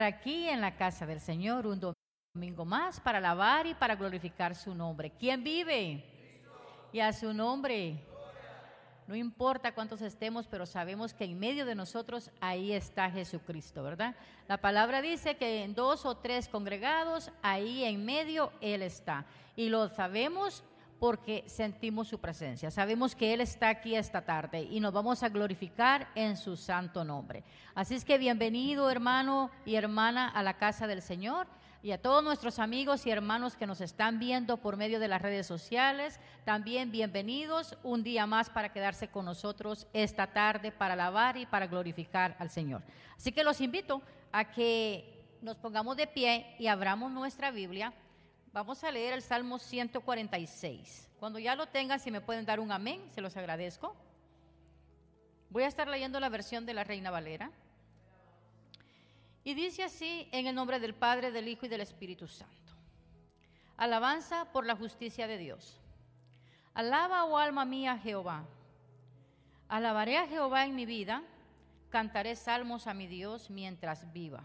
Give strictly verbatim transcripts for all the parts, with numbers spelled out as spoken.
Aquí en la casa del Señor un domingo más para alabar y para glorificar su nombre. ¿Quién vive? Cristo. Y a su nombre. Gloria. No importa cuántos estemos, pero sabemos que en medio de nosotros ahí está Jesucristo, ¿verdad? La palabra dice que en dos o tres congregados, ahí en medio Él está. Y lo sabemos porque sentimos su presencia. Sabemos que Él está aquí esta tarde y nos vamos a glorificar en su santo nombre. Así es que bienvenido, hermano y hermana, a la casa del Señor, y a todos nuestros amigos y hermanos que nos están viendo por medio de las redes sociales. También bienvenidos un día más para quedarse con nosotros esta tarde para alabar y para glorificar al Señor. Así que los invito a que nos pongamos de pie y abramos nuestra Biblia. Vamos a leer el Salmo ciento cuarenta y seis. Cuando ya lo tengan, si me pueden dar un amén, se los agradezco. Voy a estar leyendo la versión de la Reina Valera. Y dice así, en el nombre del Padre, del Hijo y del Espíritu Santo. Alabanza por la justicia de Dios. Alaba, oh alma mía, a Jehová. Alabaré a Jehová en mi vida, cantaré salmos a mi Dios mientras viva.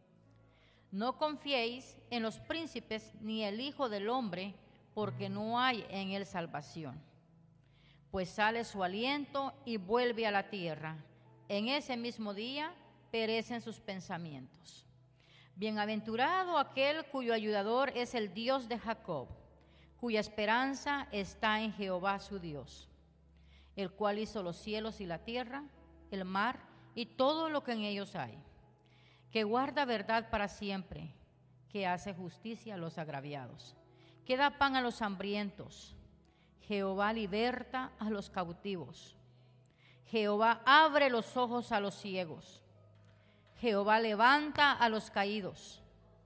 No confiéis en los príncipes ni el Hijo del Hombre, porque no hay en él salvación. Pues sale su aliento y vuelve a la tierra. En ese mismo día perecen sus pensamientos. Bienaventurado aquel cuyo ayudador es el Dios de Jacob, cuya esperanza está en Jehová su Dios, el cual hizo los cielos y la tierra, el mar y todo lo que en ellos hay, que guarda verdad para siempre, que hace justicia a los agraviados, que da pan a los hambrientos. Jehová liberta a los cautivos. Jehová abre los ojos a los ciegos. Jehová levanta a los caídos.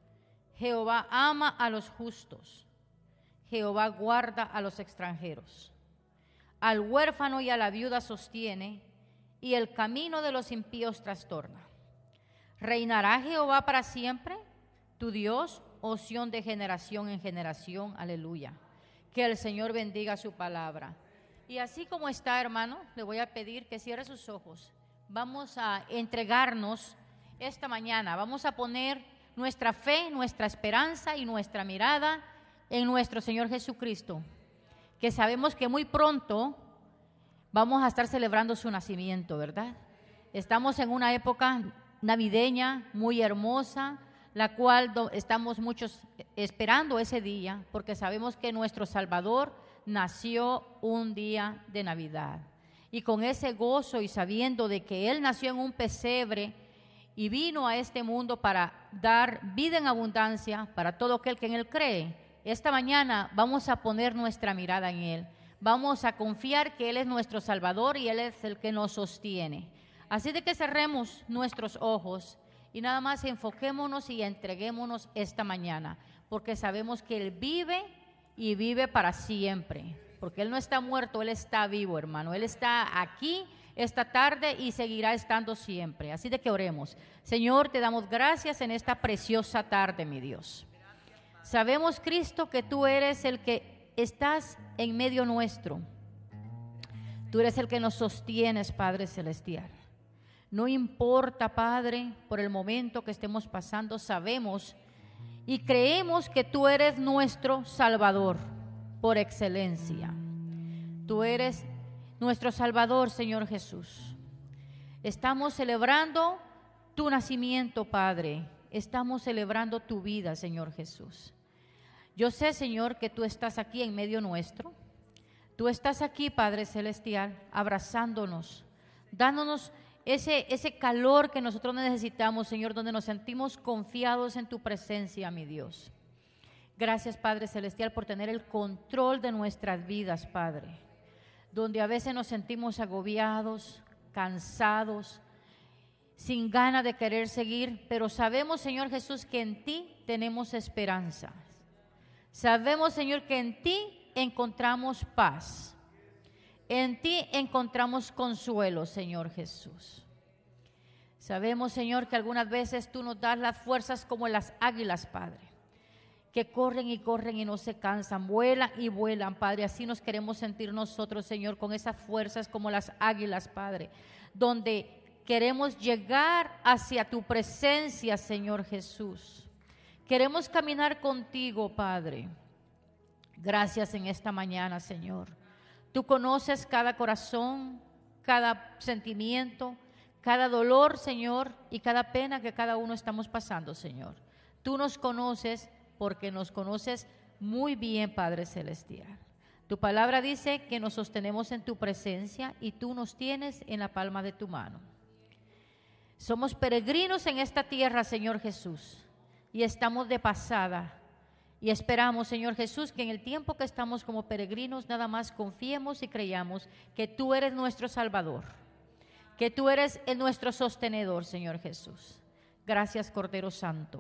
Jehová ama a los justos. Jehová guarda a los extranjeros. Al huérfano y a la viuda sostiene, y el camino de los impíos trastorna. ¿Reinará Jehová para siempre? Tu Dios, oh Sión, de generación en generación. Aleluya. Que el Señor bendiga su palabra. Y así como está, hermano, le voy a pedir que cierre sus ojos. Vamos a entregarnos esta mañana. Vamos a poner nuestra fe, nuestra esperanza y nuestra mirada en nuestro Señor Jesucristo, que sabemos que muy pronto vamos a estar celebrando su nacimiento, ¿verdad? Estamos en una época navideña muy hermosa, la cual do, estamos muchos esperando ese día, porque sabemos que nuestro Salvador nació un día de Navidad. Y con ese gozo y sabiendo de que Él nació en un pesebre y vino a este mundo para dar vida en abundancia para todo aquel que en Él cree, esta mañana vamos a poner nuestra mirada en Él. Vamos a confiar que Él es nuestro Salvador y Él es el que nos sostiene. Así de que cerremos nuestros ojos y nada más enfoquémonos y entreguémonos esta mañana, porque sabemos que Él vive y vive para siempre, porque Él no está muerto, Él está vivo, hermano. Él está aquí esta tarde y seguirá estando siempre. Así de que oremos. Señor, te damos gracias en esta preciosa tarde, mi Dios. Sabemos, Cristo, que tú eres el que estás en medio nuestro. Tú eres el que nos sostienes, Padre Celestial. No importa, Padre, por el momento que estemos pasando, sabemos y creemos que tú eres nuestro Salvador por excelencia. Tú eres nuestro Salvador, Señor Jesús. Estamos celebrando tu nacimiento, Padre. Estamos celebrando tu vida, Señor Jesús. Yo sé, Señor, que tú estás aquí en medio nuestro. Tú estás aquí, Padre Celestial, abrazándonos, dándonos Ese, ese calor que nosotros necesitamos, Señor, donde nos sentimos confiados en tu presencia, mi Dios. Gracias, Padre Celestial, por tener el control de nuestras vidas, Padre. Donde a veces nos sentimos agobiados, cansados, sin ganas de querer seguir, pero sabemos, Señor Jesús, que en ti tenemos esperanza. Sabemos, Señor, que en ti encontramos paz. En ti encontramos consuelo, Señor Jesús. Sabemos, Señor, que algunas veces tú nos das las fuerzas como las águilas, Padre, que corren y corren y no se cansan, vuelan y vuelan, Padre. Así nos queremos sentir nosotros, Señor, con esas fuerzas como las águilas, Padre, donde queremos llegar hacia tu presencia, Señor Jesús. Queremos caminar contigo, Padre. Gracias en esta mañana, Señor. Tú conoces cada corazón, cada sentimiento, cada dolor, Señor, y cada pena que cada uno estamos pasando, Señor. Tú nos conoces porque nos conoces muy bien, Padre Celestial. Tu palabra dice que nos sostenemos en tu presencia y tú nos tienes en la palma de tu mano. Somos peregrinos en esta tierra, Señor Jesús, y estamos de pasada. Y esperamos, Señor Jesús, que en el tiempo que estamos como peregrinos, nada más confiemos y creyamos que tú eres nuestro Salvador, que tú eres el nuestro sostenedor, Señor Jesús. Gracias, Cordero Santo.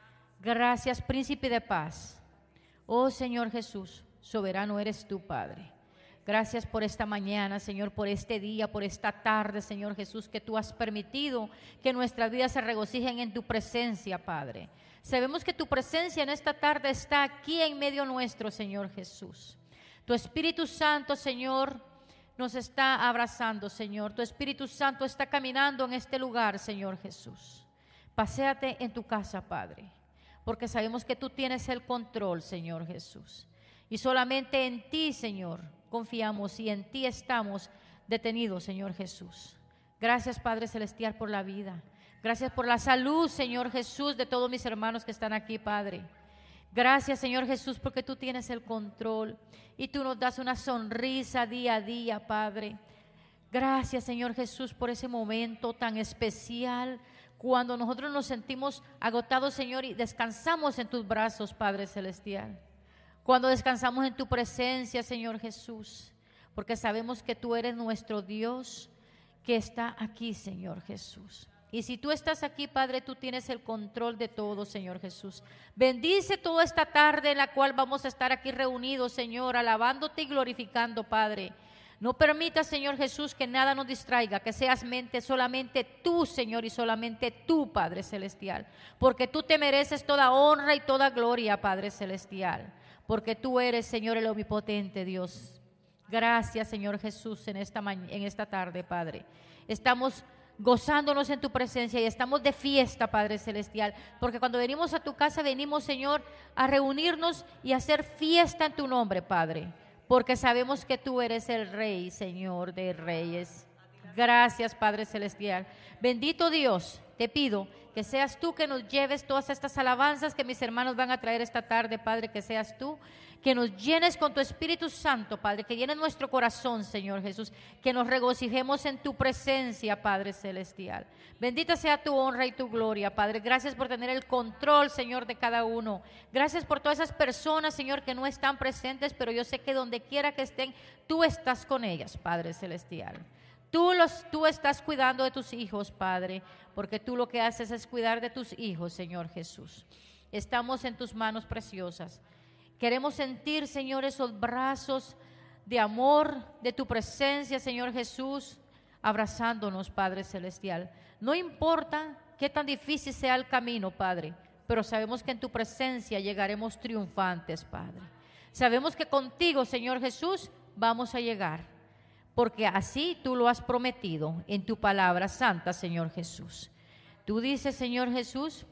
Gracias, Príncipe de Paz. Oh, Señor Jesús, soberano eres tú, Padre. Gracias por esta mañana, Señor, por este día, por esta tarde, Señor Jesús, que tú has permitido que nuestras vidas se regocijen en tu presencia, Padre. Sabemos que tu presencia en esta tarde está aquí en medio nuestro, Señor Jesús. Tu Espíritu Santo, Señor, nos está abrazando, Señor. Tu Espíritu Santo está caminando en este lugar, Señor Jesús. Paséate en tu casa, Padre, porque sabemos que tú tienes el control, Señor Jesús. Y solamente en ti, Señor, confiamos y en ti estamos detenidos, Señor Jesús. Gracias, Padre Celestial, por la vida. Gracias por la salud, Señor Jesús, de todos mis hermanos que están aquí, Padre. Gracias, Señor Jesús, porque tú tienes el control y tú nos das una sonrisa día a día, Padre. Gracias, Señor Jesús, por ese momento tan especial cuando nosotros nos sentimos agotados, Señor, y descansamos en tus brazos, Padre Celestial. Cuando descansamos en tu presencia, Señor Jesús, porque sabemos que tú eres nuestro Dios que está aquí, Señor Jesús. Y si tú estás aquí, Padre, tú tienes el control de todo, Señor Jesús. Bendice toda esta tarde en la cual vamos a estar aquí reunidos, Señor, alabándote y glorificando, Padre. No permitas, Señor Jesús, que nada nos distraiga, que seas mente solamente tú, Señor, y solamente tú, Padre Celestial. Porque tú te mereces toda honra y toda gloria, Padre Celestial. Porque tú eres, Señor, el omnipotente Dios. Gracias, Señor Jesús, en esta, en esta tarde, Padre. Estamos gozándonos en tu presencia y estamos de fiesta, Padre Celestial, porque cuando venimos a tu casa, venimos, Señor, a reunirnos y a hacer fiesta en tu nombre, Padre, porque sabemos que tú eres el Rey, Señor de reyes. Gracias, Padre Celestial. Bendito Dios, te pido que seas tú que nos lleves todas estas alabanzas que mis hermanos van a traer esta tarde, Padre, que seas tú que nos llenes con tu Espíritu Santo, Padre, que llenes nuestro corazón, Señor Jesús, que nos regocijemos en tu presencia, Padre Celestial. Bendita sea tu honra y tu gloria, Padre. Gracias por tener el control, Señor, de cada uno. Gracias por todas esas personas, Señor, que no están presentes, pero yo sé que donde quiera que estén, tú estás con ellas, Padre Celestial. Tú, los, tú estás cuidando de tus hijos, Padre, porque tú lo que haces es cuidar de tus hijos, Señor Jesús. Estamos en tus manos preciosas. Queremos sentir, Señor, esos brazos de amor, de tu presencia, Señor Jesús, abrazándonos, Padre Celestial. No importa qué tan difícil sea el camino, Padre, pero sabemos que en tu presencia llegaremos triunfantes, Padre. Sabemos que contigo, Señor Jesús, vamos a llegar, porque así tú lo has prometido en tu palabra santa, Señor Jesús. Tú dices, Señor Jesús,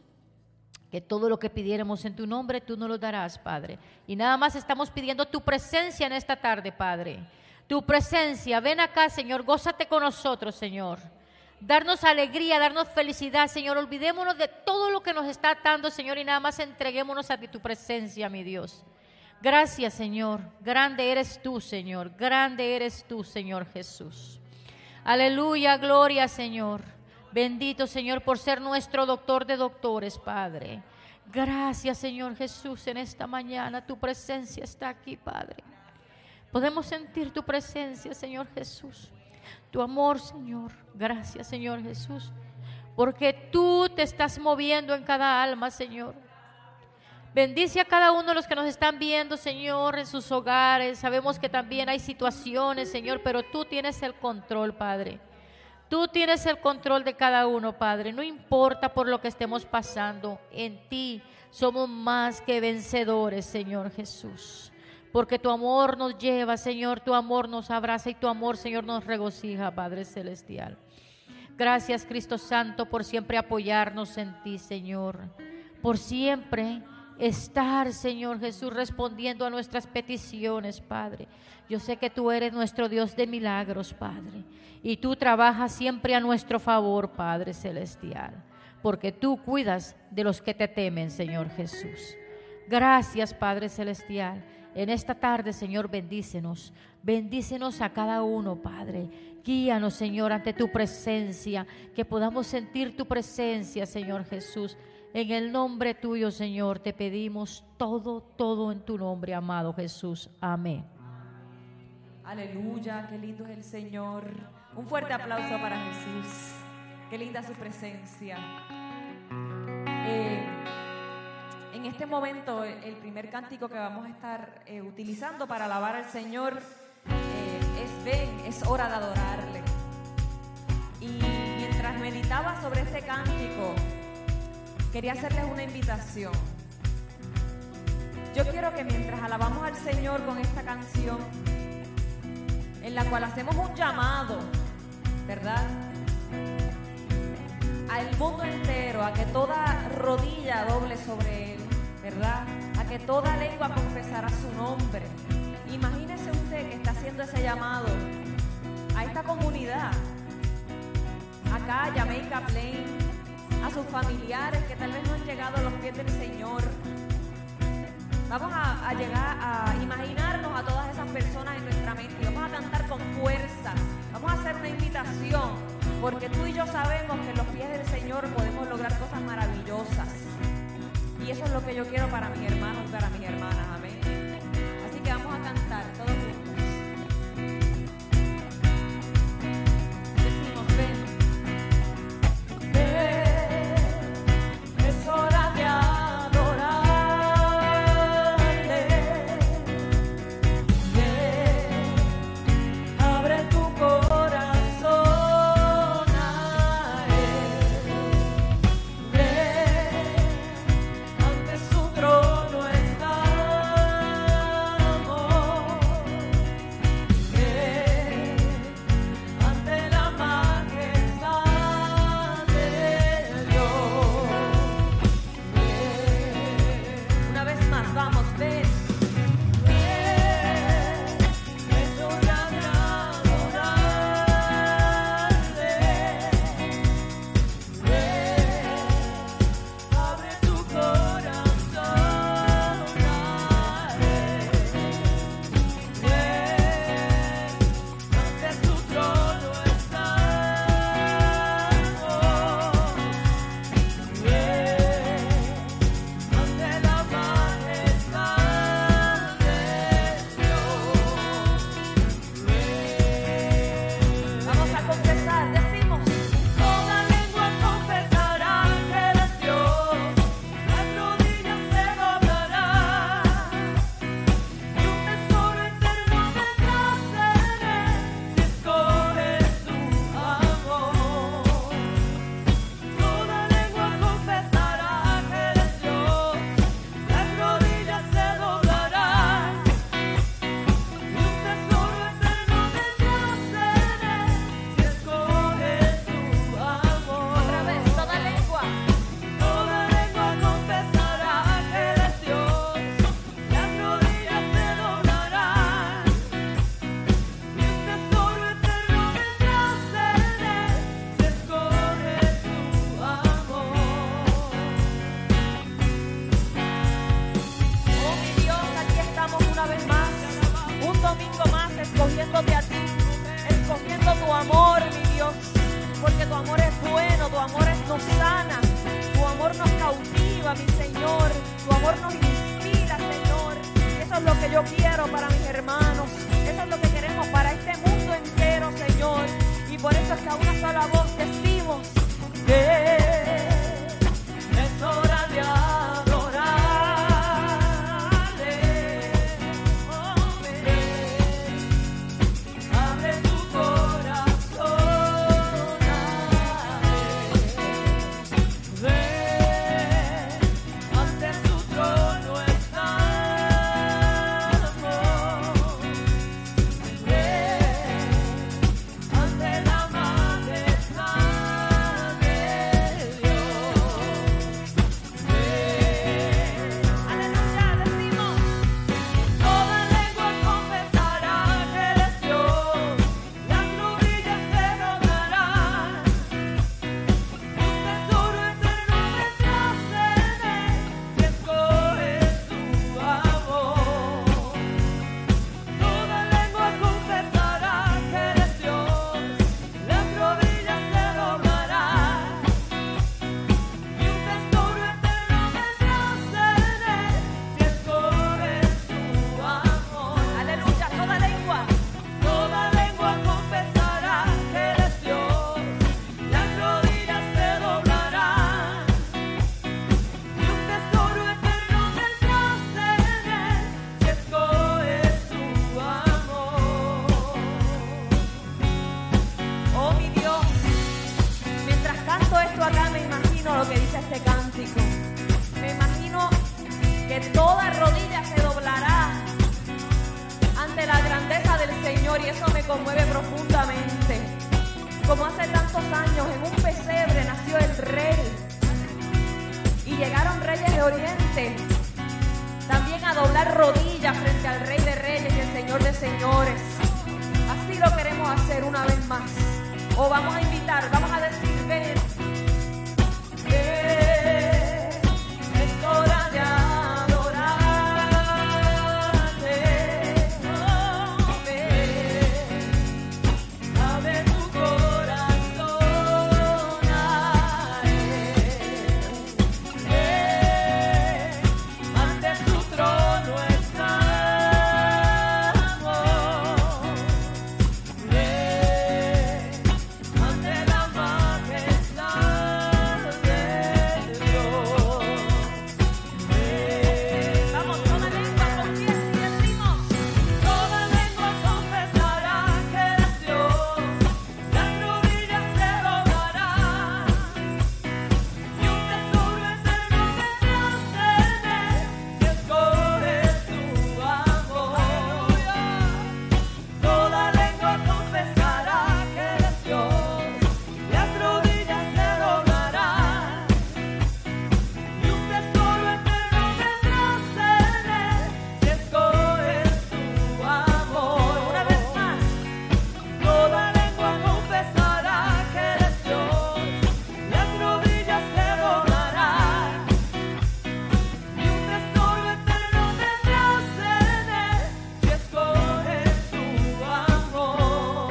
que todo lo que pidiéramos en tu nombre, tú nos lo darás, Padre. Y nada más estamos pidiendo tu presencia en esta tarde, Padre. Tu presencia, ven acá, Señor, gózate con nosotros, Señor. Darnos alegría, darnos felicidad, Señor. Olvidémonos de todo lo que nos está atando, Señor, y nada más entreguémonos a ti, tu presencia, mi Dios. Gracias, Señor. Grande eres tú, Señor. Grande eres tú, Señor Jesús. Aleluya, gloria, Señor. Bendito, Señor, por ser nuestro doctor de doctores, Padre. Gracias, Señor Jesús, en esta mañana tu presencia está aquí, Padre. Podemos sentir tu presencia, Señor Jesús. Tu amor, Señor. Gracias, Señor Jesús, porque tú te estás moviendo en cada alma, Señor. Bendice a cada uno de los que nos están viendo, Señor, en sus hogares. Sabemos que también hay situaciones, Señor, pero tú tienes el control, Padre. Tú tienes el control de cada uno, Padre. No importa por lo que estemos pasando, en ti somos más que vencedores, Señor Jesús. Porque tu amor nos lleva, Señor, tu amor nos abraza y tu amor, Señor, nos regocija, Padre Celestial. Gracias, Cristo Santo, por siempre apoyarnos en ti, Señor. Por siempre estar, Señor Jesús, respondiendo a nuestras peticiones, Padre. Yo sé que tú eres nuestro Dios de milagros, Padre, y tú trabajas siempre a nuestro favor, Padre Celestial, porque tú cuidas de los que te temen, Señor Jesús. Gracias, Padre Celestial. En esta tarde, Señor, bendícenos. Bendícenos a cada uno, Padre. Guíanos, Señor, ante tu presencia, que podamos sentir tu presencia, Señor Jesús. En el nombre tuyo, Señor, te pedimos todo, todo en tu nombre, amado Jesús. Amén. Aleluya, qué lindo es el Señor. Un fuerte aplauso para Jesús. Qué linda su presencia. Eh, en este momento, el primer cántico que vamos a estar eh, utilizando para alabar al Señor eh, es ven, es hora de adorarle. Y mientras meditaba sobre este cántico, quería hacerles una invitación. Yo quiero que mientras alabamos al Señor con esta canción, en la cual hacemos un llamado, ¿verdad?, al mundo entero, a que toda rodilla doble sobre Él, ¿verdad?, a que toda lengua confesara su nombre. Imagínese usted que está haciendo ese llamado a esta comunidad, acá a Jamaica Plain, a sus familiares que tal vez no han llegado a los pies del Señor. Vamos a, a llegar a imaginarnos a todas esas personas en nuestra mente y vamos a cantar con fuerza. Vamos a hacer una invitación, porque tú y yo sabemos que en los pies del Señor podemos lograr cosas maravillosas. Y eso es lo que yo quiero para mis hermanos y para mis hermanas. Amén. Así que vamos a cantar todos juntos. Decimos, ven. Es hora de adorarle. Ven, abre tu corazón a Él. Ven, ante su trono estamos. Ven, ante la majestad de Dios. Una vez más, vamos, ven. Ven, es hora de adorarle. Ven, abre tu corazón a Él. Ven, ante su trono estamos. Ven, ante la majestad de Dios. Vamos a confesar, decimos: toda lengua confesará que Él es Dios, las rodillas se doblarán, y un tesoro eterno detrás de Él si escoges su amor. Toda lengua confesará que Él es Dios, las rodillas se doblarán, y un tesoro eterno detrás de Él si escoges su amor. Otra vez, toda lengua, toda lengua confesará que Él es Dios, las rodillas se doblarán, y un tesoro eterno detrás de Él si escoges su amor. Oh mi Dios, aquí estamos una vez más, un domingo más, escogiéndote a ti, escogiendo tu amor, mi Dios, porque tu amor es bueno, tu amor es- nos sana, tu amor nos cautiva, mi Señor, tu amor nos inspira, Señor. Eso es lo que yo quiero para mis hermanos, eso es lo que queremos para este mundo entero, Señor, y por eso es que a una sola voz decimos que es hora de adorarle. Oh, ven, abre tu corazón a Él. Ven, ante su trono estamos. Ven, ante la majestad que toda rodilla se doblará ante la grandeza del Señor, y eso me conmueve profundamente. Como hace tantos años en un pesebre nació el Rey y llegaron reyes de Oriente también a doblar rodillas frente al Rey de Reyes y el Señor de Señores. Así lo queremos hacer una vez más. O vamos a invitar, vamos a decir, ven, ven, es hora de adorarte. Oh, ven, abre tu corazón a Él. Ven, ante su trono estamos. Ven, ante la majestad de Dios. Ven. Vamos, toda lengua confiesa y decimos: toda lengua confesará que eres Dios, las rodillas se doblarán, y un tesoro eterno vendrás en Él, si escoges su amor. Toda lengua confesará que eres Dios, las rodillas se doblarán, y un tesoro eterno vendrás en Él, si escoges su amor. Una vez más, toda lengua confesará que eres Dios, las rodillas se doblarán, y un tesoro eterno vendrás en Él, si escoges su amor.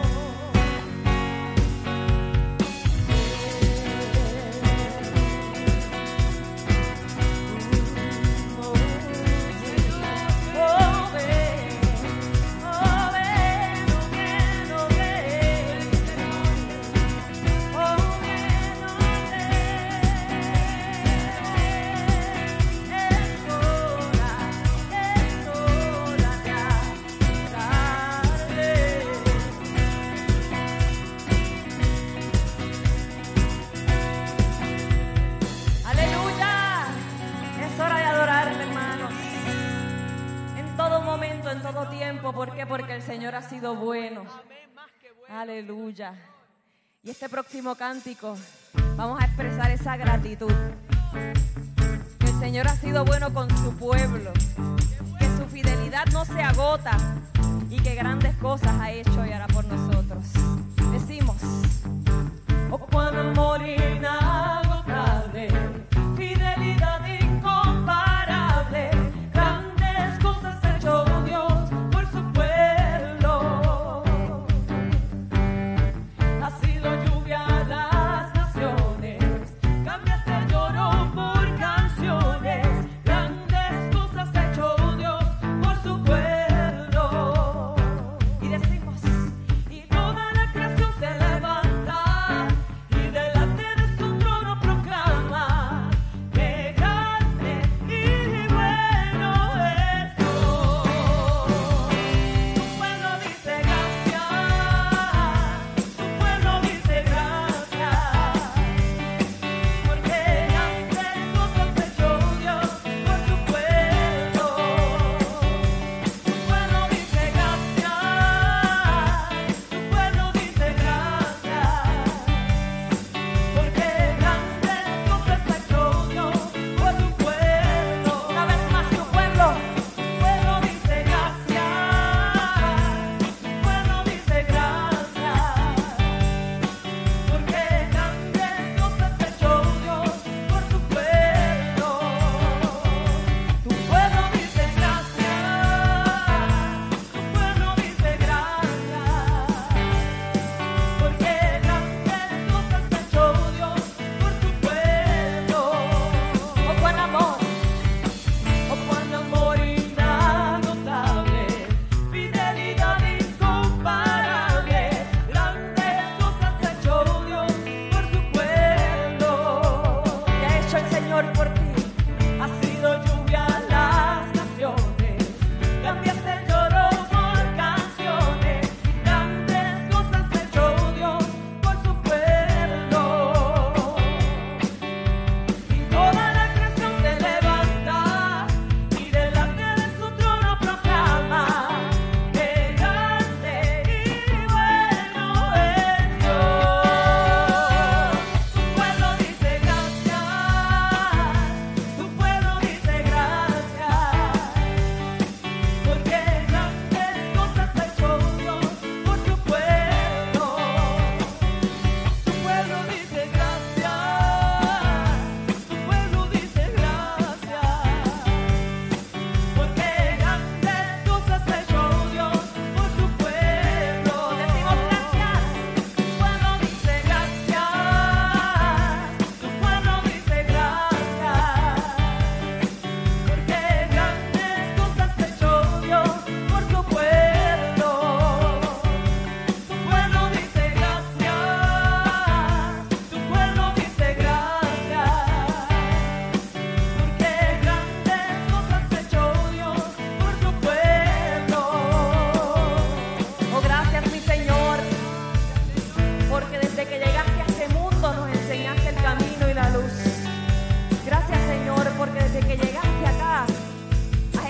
Oh, ven, oh, ven, oh, ven, oh, ven. Oh, ven, oh, ven. Es hora, es hora de adorarle. Aleluya, es hora de adorarle, hermanos, en todo momento, en todo tiempo. ¿Por qué? Porque el Señor ha sido bueno. Aleluya. Y este próximo cántico vamos a expresar esa gratitud, que el Señor ha sido bueno con su pueblo, que su fidelidad no se agota y que grandes cosas ha hecho y hará por nosotros. Decimos: oh, cuando amor inagotable, fidelidad incomparable, grandes cosas ha hecho Dios por su pueblo. Ha sido lluvia a las naciones, cambiaste el lloro por canciones, grandes cosas ha hecho Dios por su pueblo. Y decimos: y toda la creación se levanta, y delante de su trono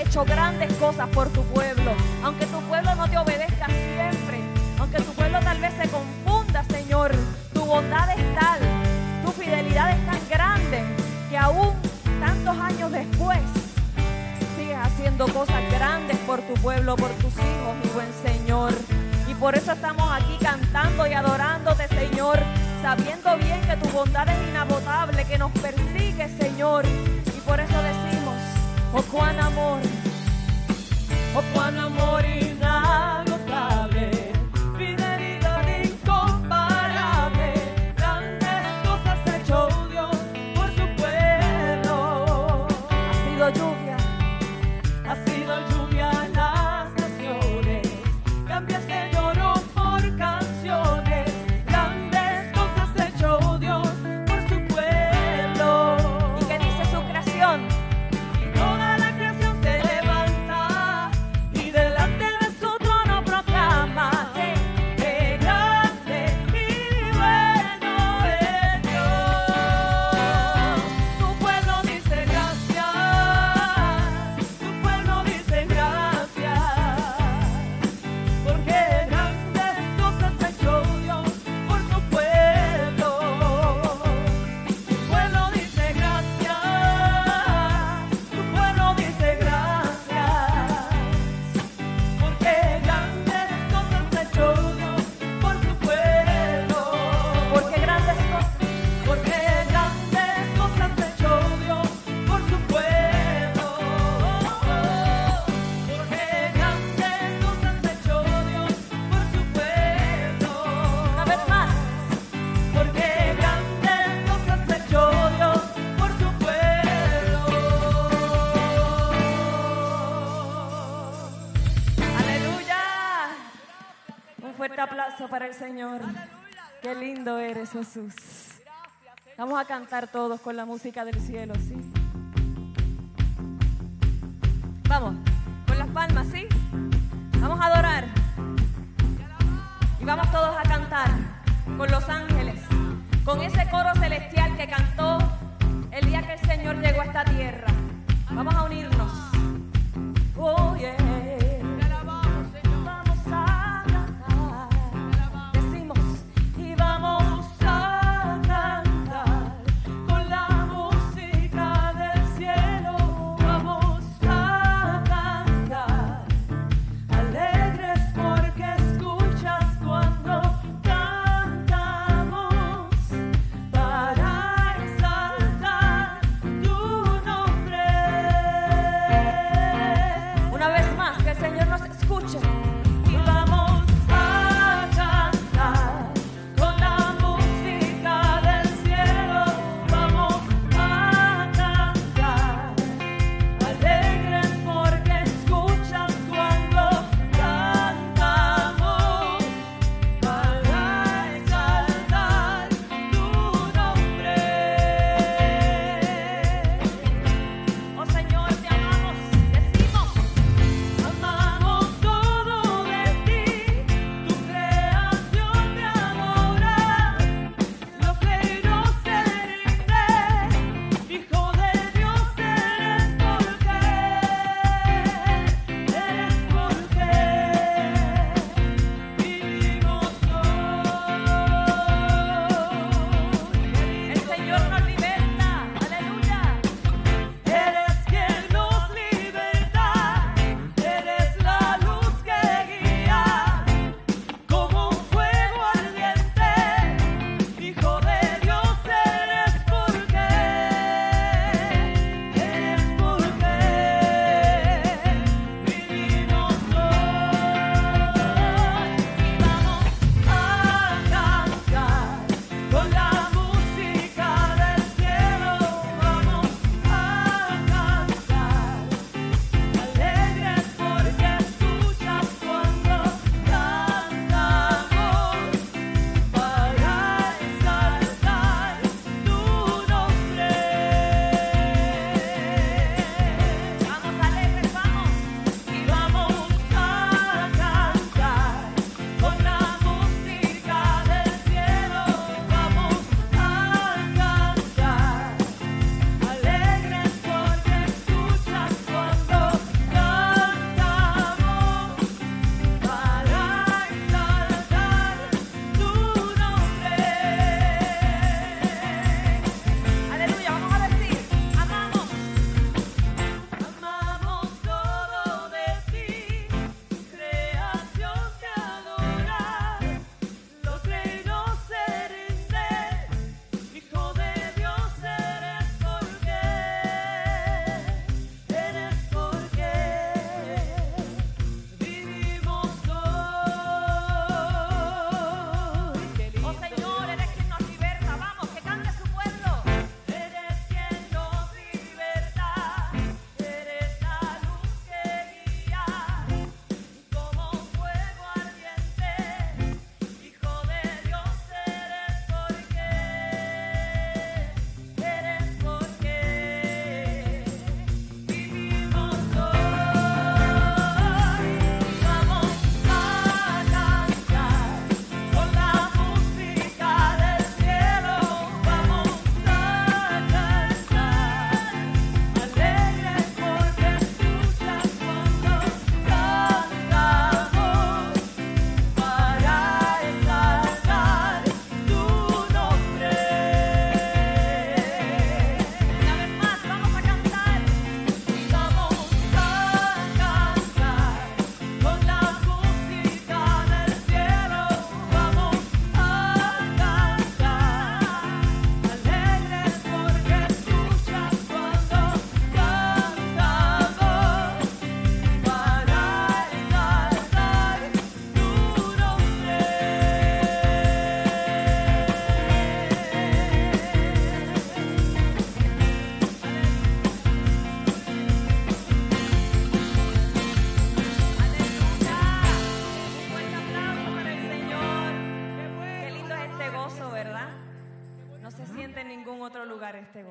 hecho grandes cosas por tu pueblo. Aunque tu pueblo no te obedezca siempre, aunque tu pueblo tal vez se confunda, Señor, tu bondad es tal, tu fidelidad es tan grande que aún tantos años después sigues haciendo cosas grandes por tu pueblo, por tus hijos, mi buen Señor. Y por eso estamos aquí cantando y adorándote, Señor, sabiendo bien que tu bondad es inagotable, que nos persigue, Señor. Y por eso decimos, oh cuán amor, oh cuán amor inagotable, fidelidad incomparable, grandes cosas ha hecho Dios por su pueblo. Ha sido lluvia, ha sido lluvia en las naciones, cambiaste lloro por canciones, grandes cosas ha hecho Dios por su pueblo. ¿Y qué dice su creación? Y toda la creación se levanta y delante de su trono proclama que, que grande y bueno es Dios. Tu pueblo dice gracias, tu pueblo dice gracias, porque grandes cosas ha hecho Dios por su pueblo. Tu pueblo dice gracias, tu pueblo dice gracias, porque grandes cosas ha hecho Dios por su pueblo. Porque grandes cosas, porque grandes cosas ha hecho Dios por su pueblo. Porque grandes cosas ha hecho Dios por su pueblo. Una vez más. Porque grandes cosas ha hecho Dios por su pueblo. Aleluya. Un fuerte aplauso para el Señor. Qué lindo eres, Jesús. Vamos a cantar todos con la música del cielo, ¿sí? Vamos, con las palmas, ¿sí? Vamos a adorar. Y vamos todos a cantar con los ángeles, con ese coro celestial que cantó el día que el Señor llegó a esta tierra. Vamos a unirnos. Oh, yeah. Vamos a cantar. Decimos, y vamos a cantar con la música del cielo. Vamos a cantar, alegres porque escuchas cuando cantamos, para exaltar tu nombre.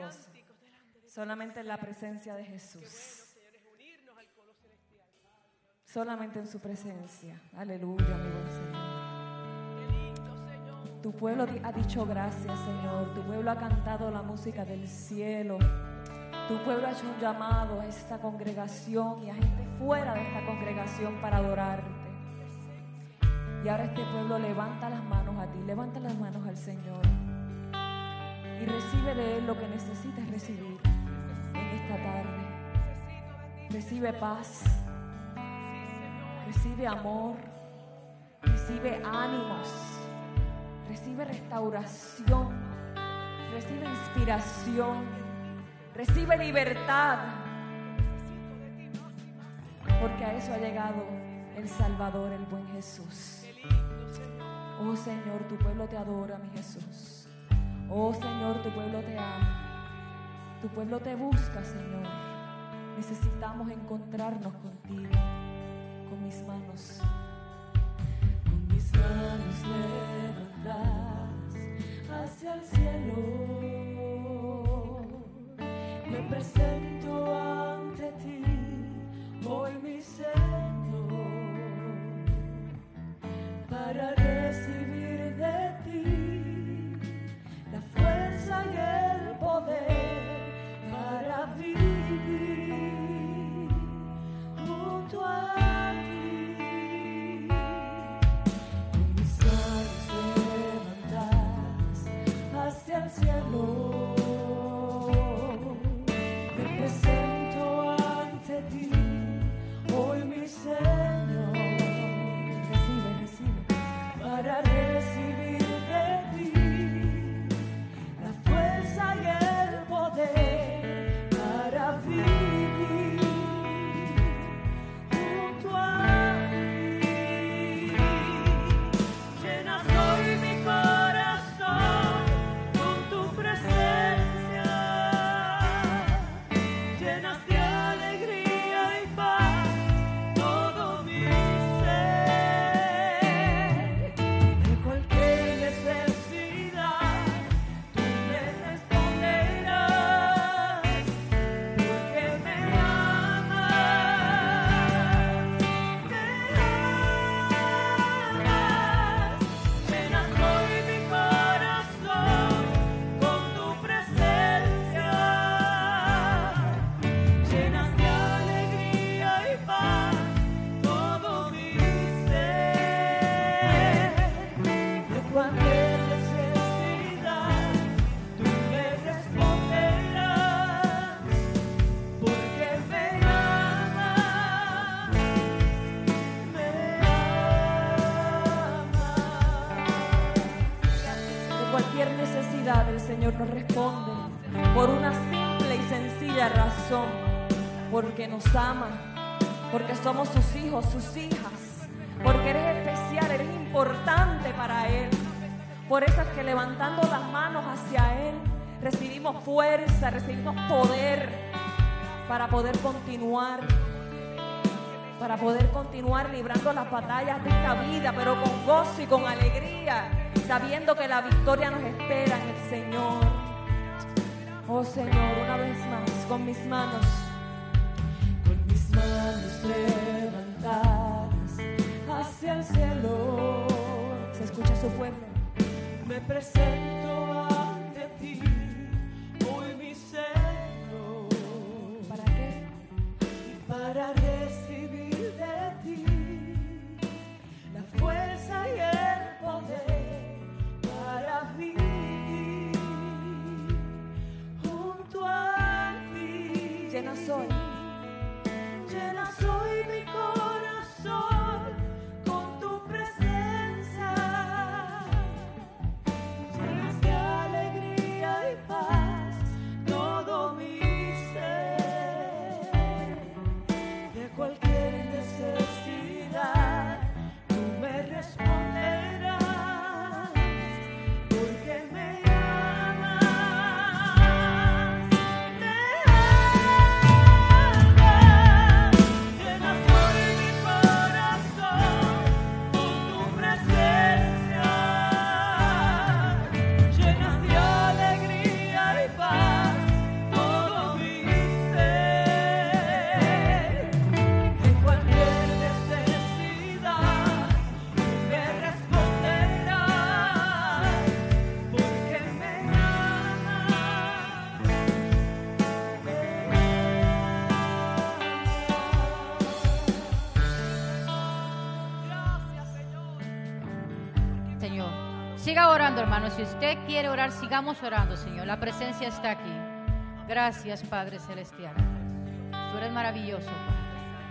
gozo. Solamente en la presencia de Jesús. Solamente en su presencia. Aleluya, mi buen Señor. Tu pueblo ha dicho gracias, Señor. Tu pueblo ha cantado la música del cielo. Tu pueblo ha hecho un llamado a esta congregación y a gente fuera de esta congregación para adorarte. Y ahora este pueblo levanta las manos a ti, levanta las manos al Señor y recibe de Él lo que necesites recibir en esta tarde. Recibe paz, recibe amor, recibe ánimos, recibe restauración, recibe inspiración, recibe libertad, porque a eso ha llegado el Salvador, el buen Jesús. Oh Señor, tu pueblo te adora, mi Jesús. Oh Señor, tu pueblo te ama. Tu pueblo te busca, Señor. Necesitamos encontrarnos contigo. Con mis manos, con mis manos levantadas hacia el cielo, me presento ante ti, hoy mi Señor, para recibir de ti la fuerza y el poder para vivir junto a ti. Con mis manos levantadas hacia el cielo, me presento ante ti, hoy mi Señor. Recibe, recibe, para recibir de ti la fuerza y el poder para vivir junto a ti. Llenas hoy mi corazón con tu presencia, llenas de alegría y paz todo mi ser. De cualquier necesidad tú me responderás, porque me amas, me amas. Llenas hoy mi corazón con tu presencia, llenas de alegría y paz todo mi ser. De cualquier necesidad tú me responderás, porque me amas, me amas. De cualquier necesidad el Señor nos responde por una simple y sencilla razón, porque nos ama, porque somos sus hijos, sus hijas, porque eres especial, eres importante para Él. Por eso es que levantando las manos hacia Él recibimos fuerza, recibimos poder para poder continuar, para poder continuar librando las batallas de esta vida, pero con gozo y con alegría, sabiendo que la victoria nos espera en el Señor. Oh Señor, una vez más, con mis manos, con mis manos levantadas hacia el cielo, se escucha su pueblo. Me presento ante ti, hoy mi Señor. ¿Para qué? Para recibir de ti la fuerza y el poder para vivir junto a ti. Llena soy, llena soy mi corazón con tu presencia, llenas de alegría y paz todo mi ser. De cualquier necesidad tú me responderás, porque me amas, me amas. Siga orando, hermano. Si usted quiere orar, sigamos orando, Señor. La presencia está aquí. Gracias, Padre Celestial. Tú eres maravilloso, Padre.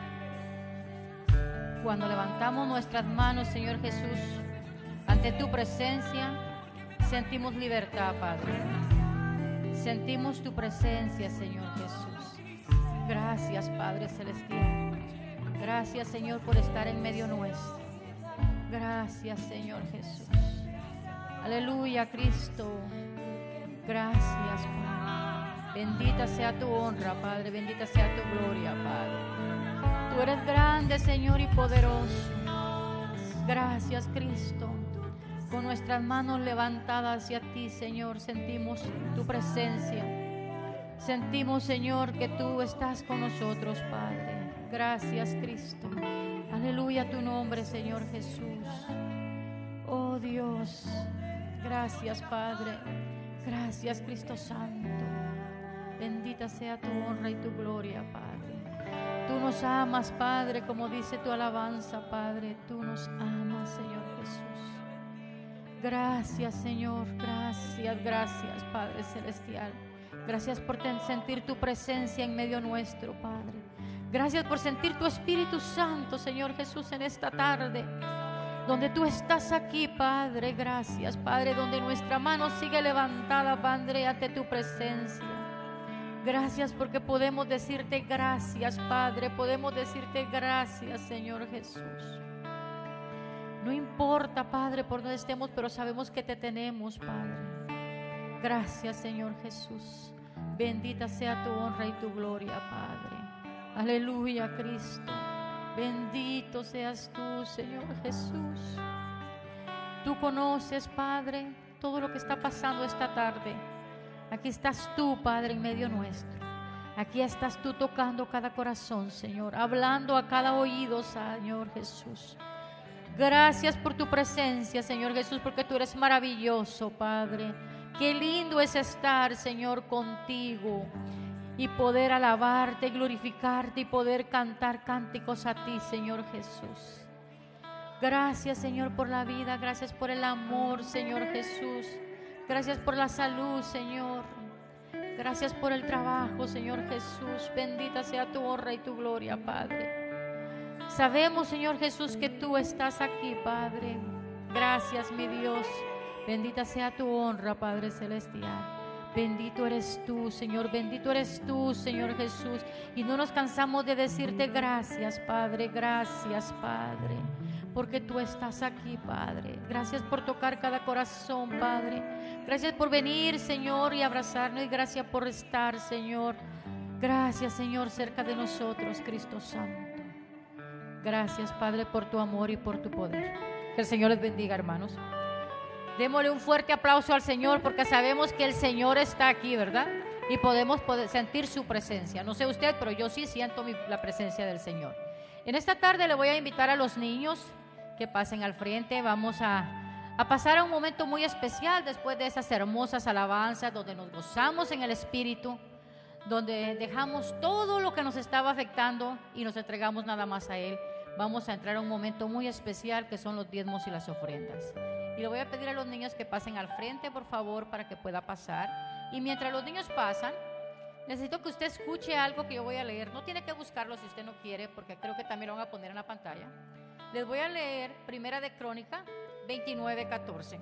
Cuando levantamos nuestras manos, Señor Jesús, ante tu presencia, sentimos libertad, Padre. Sentimos tu presencia, Señor Jesús. Gracias, Padre Celestial. Gracias, Señor, por estar en medio nuestro. Gracias, Señor Jesús. Aleluya, Cristo. Gracias, Padre. Bendita sea tu honra, Padre. Bendita sea tu gloria, Padre. Tú eres grande, Señor, y poderoso. Gracias, Cristo. Con nuestras manos levantadas hacia ti, Señor, sentimos tu presencia. Sentimos, Señor, que tú estás con nosotros, Padre. Gracias, Cristo. Aleluya tu nombre, Señor Jesús. Oh Dios, gracias, Padre. Gracias, Cristo Santo. Bendita sea tu honra y tu gloria, Padre. Tú nos amas, Padre, como dice tu alabanza, Padre. Tú nos amas, Señor Jesús. Gracias, Señor. Gracias, gracias, Padre Celestial. Gracias por sentir tu presencia en medio nuestro, Padre. Gracias por sentir tu Espíritu Santo, Señor Jesús, en esta tarde, donde tú estás aquí, Padre. Gracias, Padre, donde nuestra mano sigue levantada, Padre, ante tu presencia. Gracias porque podemos decirte gracias, Padre. Podemos decirte gracias, Señor Jesús. No importa, Padre, por donde estemos, pero sabemos que te tenemos, Padre. Gracias, Señor Jesús. Bendita sea tu honra y tu gloria, Padre. Aleluya, Cristo. Bendito seas tú, Señor Jesús. Tú conoces, Padre, todo lo que está pasando esta tarde. Aquí estás tú, Padre, en medio nuestro. Aquí estás tú tocando cada corazón, Señor, hablando a cada oído, Señor Jesús. Gracias por tu presencia, Señor Jesús, porque tú eres maravilloso, Padre. Qué lindo es estar, Señor, contigo y poder alabarte, glorificarte y poder cantar cánticos a ti, Señor Jesús. Gracias, Señor, por la vida. Gracias por el amor, Señor Jesús. Gracias por la salud, Señor. Gracias por el trabajo, Señor Jesús. Bendita sea tu honra y tu gloria, Padre. Sabemos, Señor Jesús, que tú estás aquí, Padre. Gracias, mi Dios. Bendita sea tu honra, Padre Celestial. Bendito eres tú, Señor. Bendito eres tú, Señor Jesús. Y no nos cansamos de decirte gracias, Padre. Gracias, Padre. Porque tú estás aquí, Padre. Gracias por tocar cada corazón, Padre. Gracias por venir, Señor, y abrazarnos. Y gracias por estar, Señor. Gracias, Señor, cerca de nosotros, Cristo Santo. Gracias, Padre, por tu amor y por tu poder. Que el Señor les bendiga, hermanos. Démosle un fuerte aplauso al Señor porque sabemos que el Señor está aquí, ¿verdad? Y podemos poder sentir su presencia. No sé usted, pero yo sí siento mi, la presencia del Señor. En esta tarde le voy a invitar a los niños que pasen al frente. Vamos a, a pasar a un momento muy especial después de esas hermosas alabanzas donde nos gozamos en el Espíritu, donde dejamos todo lo que nos estaba afectando y nos entregamos nada más a Él. Vamos a entrar a un momento muy especial que son los diezmos y las ofrendas. Y le voy a pedir a los niños que pasen al frente, por favor, para que pueda pasar. Y mientras los niños pasan, necesito que usted escuche algo que yo voy a leer. No tiene que buscarlo si usted no quiere, porque creo que también lo van a poner en la pantalla. Les voy a leer Primera de Crónica veintinueve, catorce.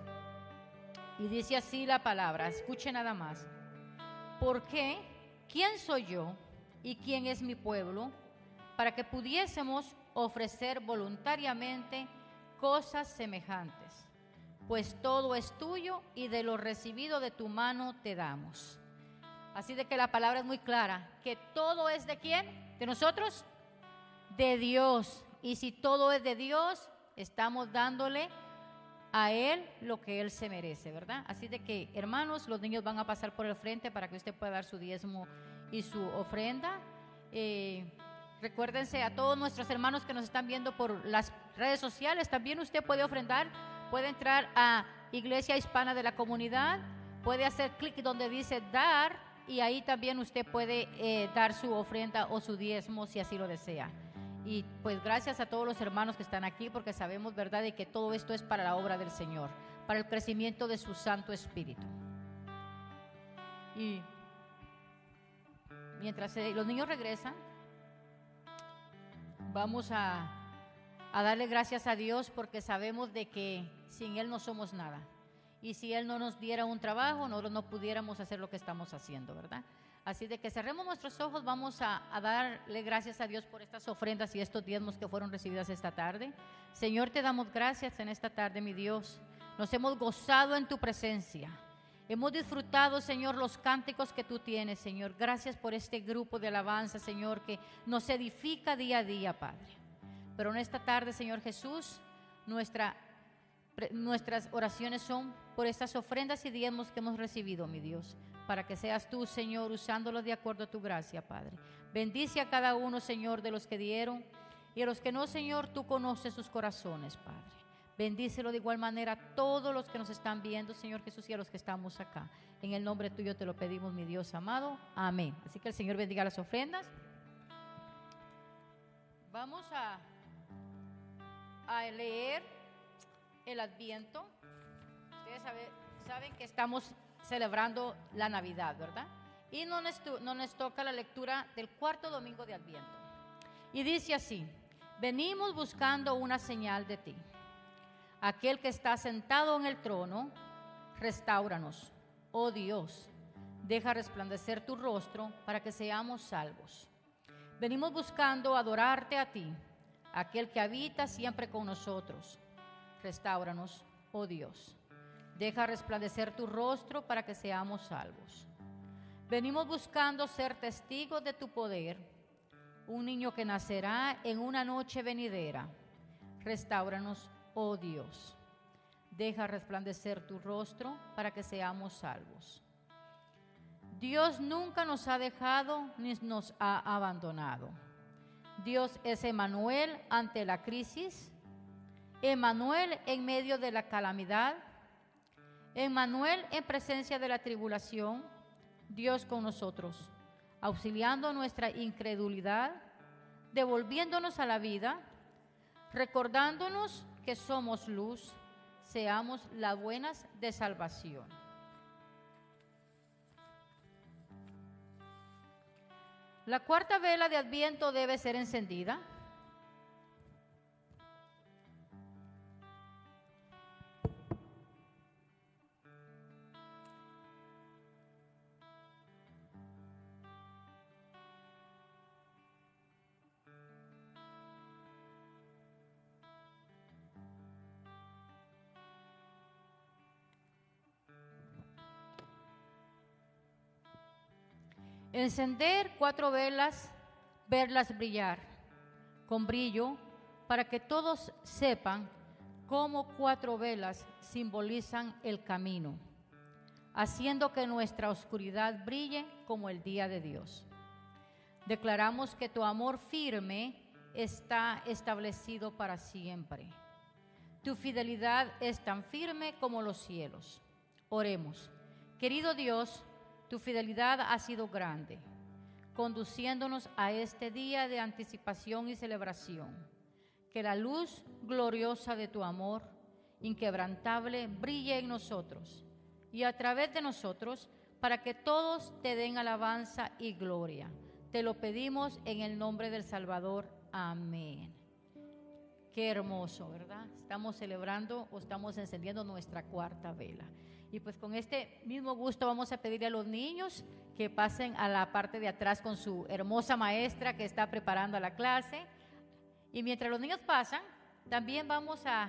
Y dice así la palabra, escuche nada más. ¿Por qué? ¿Quién soy yo y quién es mi pueblo para que pudiésemos ofrecer voluntariamente cosas semejantes? Pues todo es tuyo y de lo recibido de tu mano te damos. Así de que la palabra es muy clara, que todo es ¿de quién? ¿De nosotros? De Dios. Y si todo es de Dios, estamos dándole a Él lo que Él se merece, ¿verdad? Así de que, hermanos, los niños van a pasar por el frente para que usted pueda dar su diezmo y su ofrenda. Eh, recuérdense a todos nuestros hermanos que nos están viendo por las redes sociales, también usted puede ofrendar. Puede entrar a Iglesia Hispana de la Comunidad, puede hacer clic donde dice dar y ahí también usted puede eh, dar su ofrenda o su diezmo si así lo desea. Y pues gracias a todos los hermanos que están aquí porque sabemos, ¿verdad?, de que todo esto es para la obra del Señor, para el crecimiento de su Santo Espíritu. Y mientras eh, los niños regresan, vamos a, a darle gracias a Dios, porque sabemos de que sin Él no somos nada. Y si Él no nos diera un trabajo, nosotros no pudiéramos hacer lo que estamos haciendo, ¿verdad? Así de que cerremos nuestros ojos, vamos a, a darle gracias a Dios por estas ofrendas y estos diezmos que fueron recibidas esta tarde. Señor, te damos gracias en esta tarde, mi Dios. Nos hemos gozado en tu presencia. Hemos disfrutado, Señor, los cánticos que tú tienes, Señor. Gracias por este grupo de alabanza, Señor, que nos edifica día a día, Padre. Pero en esta tarde, Señor Jesús, nuestra, nuestras oraciones son por estas ofrendas y diezmos que hemos recibido, mi Dios, para que seas tú, Señor, usándolos de acuerdo a tu gracia, Padre. Bendice a cada uno, Señor, de los que dieron, y a los que no, Señor, tú conoces sus corazones, Padre. Bendícelo de igual manera a todos los que nos están viendo, Señor Jesús, y a los que estamos acá. En el nombre tuyo te lo pedimos, mi Dios amado. Amén. Así que el Señor bendiga las ofrendas. Vamos a, a leer el Adviento. Ustedes sabe, saben que estamos celebrando la Navidad, ¿verdad? Y no nos, no nos toca la lectura del cuarto domingo de Adviento. Y dice así: venimos buscando una señal de ti. Aquel que está sentado en el trono, restáuranos, oh Dios, deja resplandecer tu rostro para que seamos salvos. Venimos buscando adorarte a ti, aquel que habita siempre con nosotros. Restáuranos, oh Dios, deja resplandecer tu rostro para que seamos salvos. Venimos buscando ser testigos de tu poder, un niño que nacerá en una noche venidera. Restáuranos, oh Dios, deja resplandecer tu rostro para que seamos salvos. Dios nunca nos ha dejado ni nos ha abandonado. Dios es Emmanuel ante la crisis, Emmanuel en medio de la calamidad, Emmanuel en presencia de la tribulación. Dios con nosotros, auxiliando nuestra incredulidad, devolviéndonos a la vida, recordándonos que somos luz, seamos las buenas de salvación. La cuarta vela de Adviento debe ser encendida. Encender cuatro velas, verlas brillar con brillo, para que todos sepan cómo cuatro velas simbolizan el camino, haciendo que nuestra oscuridad brille como el día de Dios. Declaramos que tu amor firme está establecido para siempre. Tu fidelidad es tan firme como los cielos. Oremos. Querido Dios, tu fidelidad ha sido grande, conduciéndonos a este día de anticipación y celebración. Que la luz gloriosa de tu amor, inquebrantable, brille en nosotros y a través de nosotros, para que todos te den alabanza y gloria. Te lo pedimos en el nombre del Salvador. Amén. Qué hermoso, ¿verdad? Estamos celebrando o estamos encendiendo nuestra cuarta vela. Y pues con este mismo gusto vamos a pedirle a los niños que pasen a la parte de atrás con su hermosa maestra que está preparando la clase. Y mientras los niños pasan, también vamos a,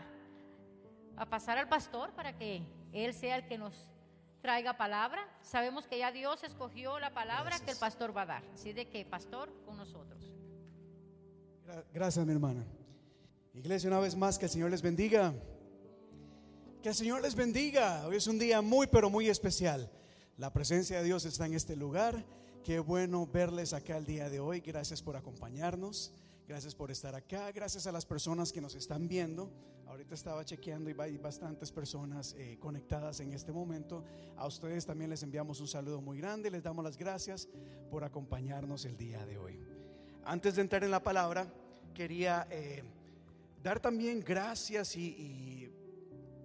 a pasar al pastor para que él sea el que nos traiga palabra. Sabemos que ya Dios escogió la palabra Gracias. Que el pastor va a dar. Así de que, pastor, con nosotros. Gracias, mi hermana. Iglesia, una vez más, que el Señor les bendiga. Que el Señor les bendiga. Hoy es un día muy, pero muy especial. La presencia de Dios está en este lugar. Qué bueno verles acá el día de hoy. Gracias por acompañarnos. Gracias por estar acá. Gracias a las personas que nos están viendo. Ahorita estaba chequeando y hay bastantes personas eh, conectadas en este momento. A ustedes también les enviamos un saludo muy grande. Les damos las gracias por acompañarnos el día de hoy. Antes de entrar en la palabra, quería eh, dar también gracias y, y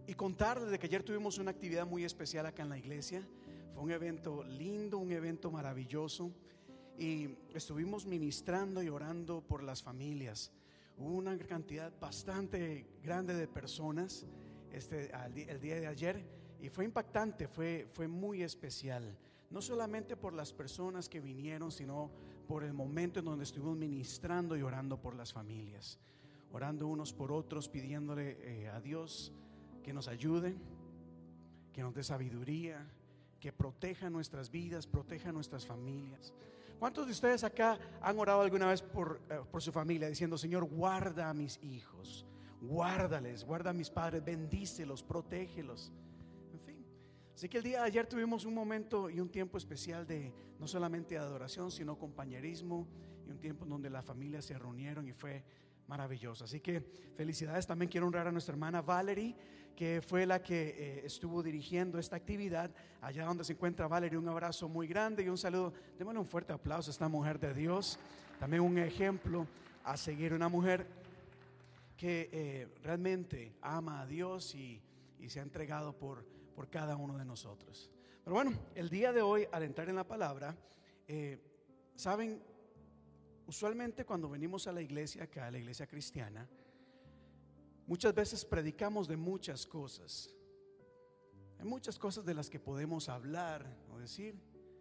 y contarles de que ayer tuvimos una actividad muy especial acá en la iglesia. Fue un evento lindo, un evento maravilloso, y estuvimos ministrando y orando por las familias. Hubo una cantidad bastante grande de personas este, el día de ayer, y fue impactante, fue, fue muy especial. No solamente por las personas que vinieron, sino por el momento en donde estuvimos ministrando y orando por las familias, orando unos por otros, pidiéndole eh, a Dios que nos ayude, que nos dé sabiduría, que proteja nuestras vidas, proteja nuestras familias. ¿Cuántos de ustedes acá han orado alguna vez por, eh, por su familia, diciendo: Señor, guarda a mis hijos, guárdales, guarda a mis padres, bendícelos, protégelos? En fin, así que el día de ayer tuvimos un momento y un tiempo especial de no solamente adoración, sino compañerismo, y un tiempo en donde las familias se reunieron y fue maravilloso. Así que felicidades. También quiero honrar a nuestra hermana Valerie, que fue la que eh, estuvo dirigiendo esta actividad. Allá donde se encuentra Valerie, un abrazo muy grande y un saludo. Démosle un fuerte aplauso a esta mujer de Dios. También un ejemplo a seguir, una mujer que eh, realmente ama a Dios y, y se ha entregado por, por cada uno de nosotros. Pero bueno, el día de hoy, al entrar en la palabra, eh, saben, usualmente cuando venimos a la iglesia, acá a la iglesia cristiana, muchas veces predicamos de muchas cosas. Hay muchas cosas de las que podemos hablar o decir.